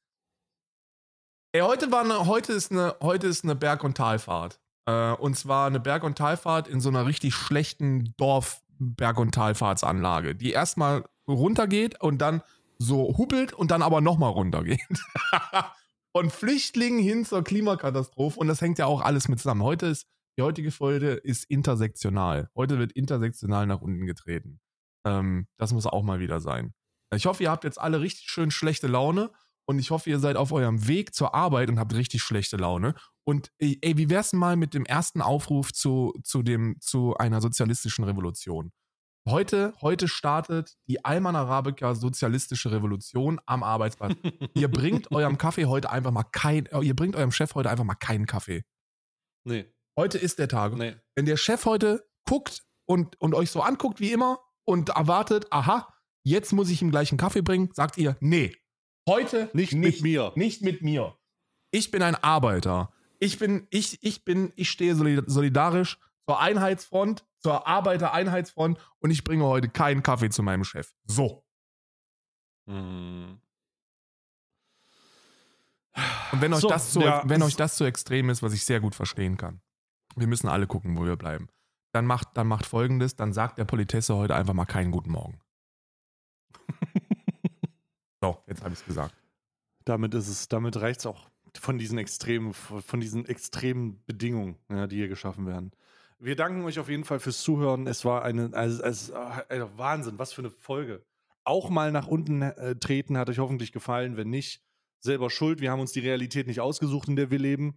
Heute ist eine Berg- und Talfahrt. Und zwar eine Berg- und Talfahrt in so einer richtig schlechten Dorf-Berg- und Talfahrtsanlage, die erstmal runtergeht und dann so huppelt und dann aber nochmal runtergeht. Von Flüchtlingen hin zur Klimakatastrophe. Und das hängt ja auch alles mit zusammen. Die heutige Folge ist intersektional. Heute wird intersektional nach unten getreten. Das muss auch mal wieder sein. Ich hoffe, ihr habt jetzt alle richtig schön schlechte Laune. Und ich hoffe, ihr seid auf eurem Weg zur Arbeit und habt richtig schlechte Laune. Und ey, wie wär's denn mal mit dem ersten Aufruf zu einer sozialistischen Revolution? Heute startet die Ayman Arabica sozialistische Revolution am Arbeitsplatz. Ihr bringt eurem Chef heute einfach mal keinen Kaffee. Nee. Heute ist der Tag. Nee. Wenn der Chef heute guckt und euch so anguckt wie immer und erwartet, aha, jetzt muss ich ihm gleich einen Kaffee bringen, sagt ihr, nee. Heute Nicht mit mir. Nicht mit mir. Ich bin ein Arbeiter. Ich stehe solidarisch zur Einheitsfront, zur Arbeitereinheitsfront und ich bringe heute keinen Kaffee zu meinem Chef. So. Mhm. Und wenn euch So, das zu extrem ist, was ich sehr gut verstehen kann, wir müssen alle gucken, wo wir bleiben. Dann macht Folgendes, dann sagt der Politesse heute einfach mal keinen guten Morgen. So, jetzt habe ich es gesagt. Damit reicht es auch von diesen extremen Bedingungen, ja, die hier geschaffen werden. Wir danken euch auf jeden Fall fürs Zuhören. Es war Wahnsinn, was für eine Folge. Auch mal nach unten treten hat euch hoffentlich gefallen. Wenn nicht, selber schuld. Wir haben uns die Realität nicht ausgesucht, in der wir leben.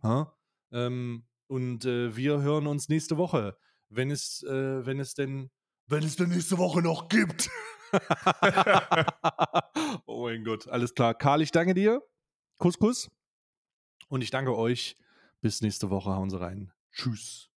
Wir hören uns nächste Woche, wenn es denn nächste Woche noch gibt. Oh mein Gott, alles klar. Karl, ich danke dir. Kuss. Und ich danke euch. Bis nächste Woche. Hauen Sie rein. Tschüss.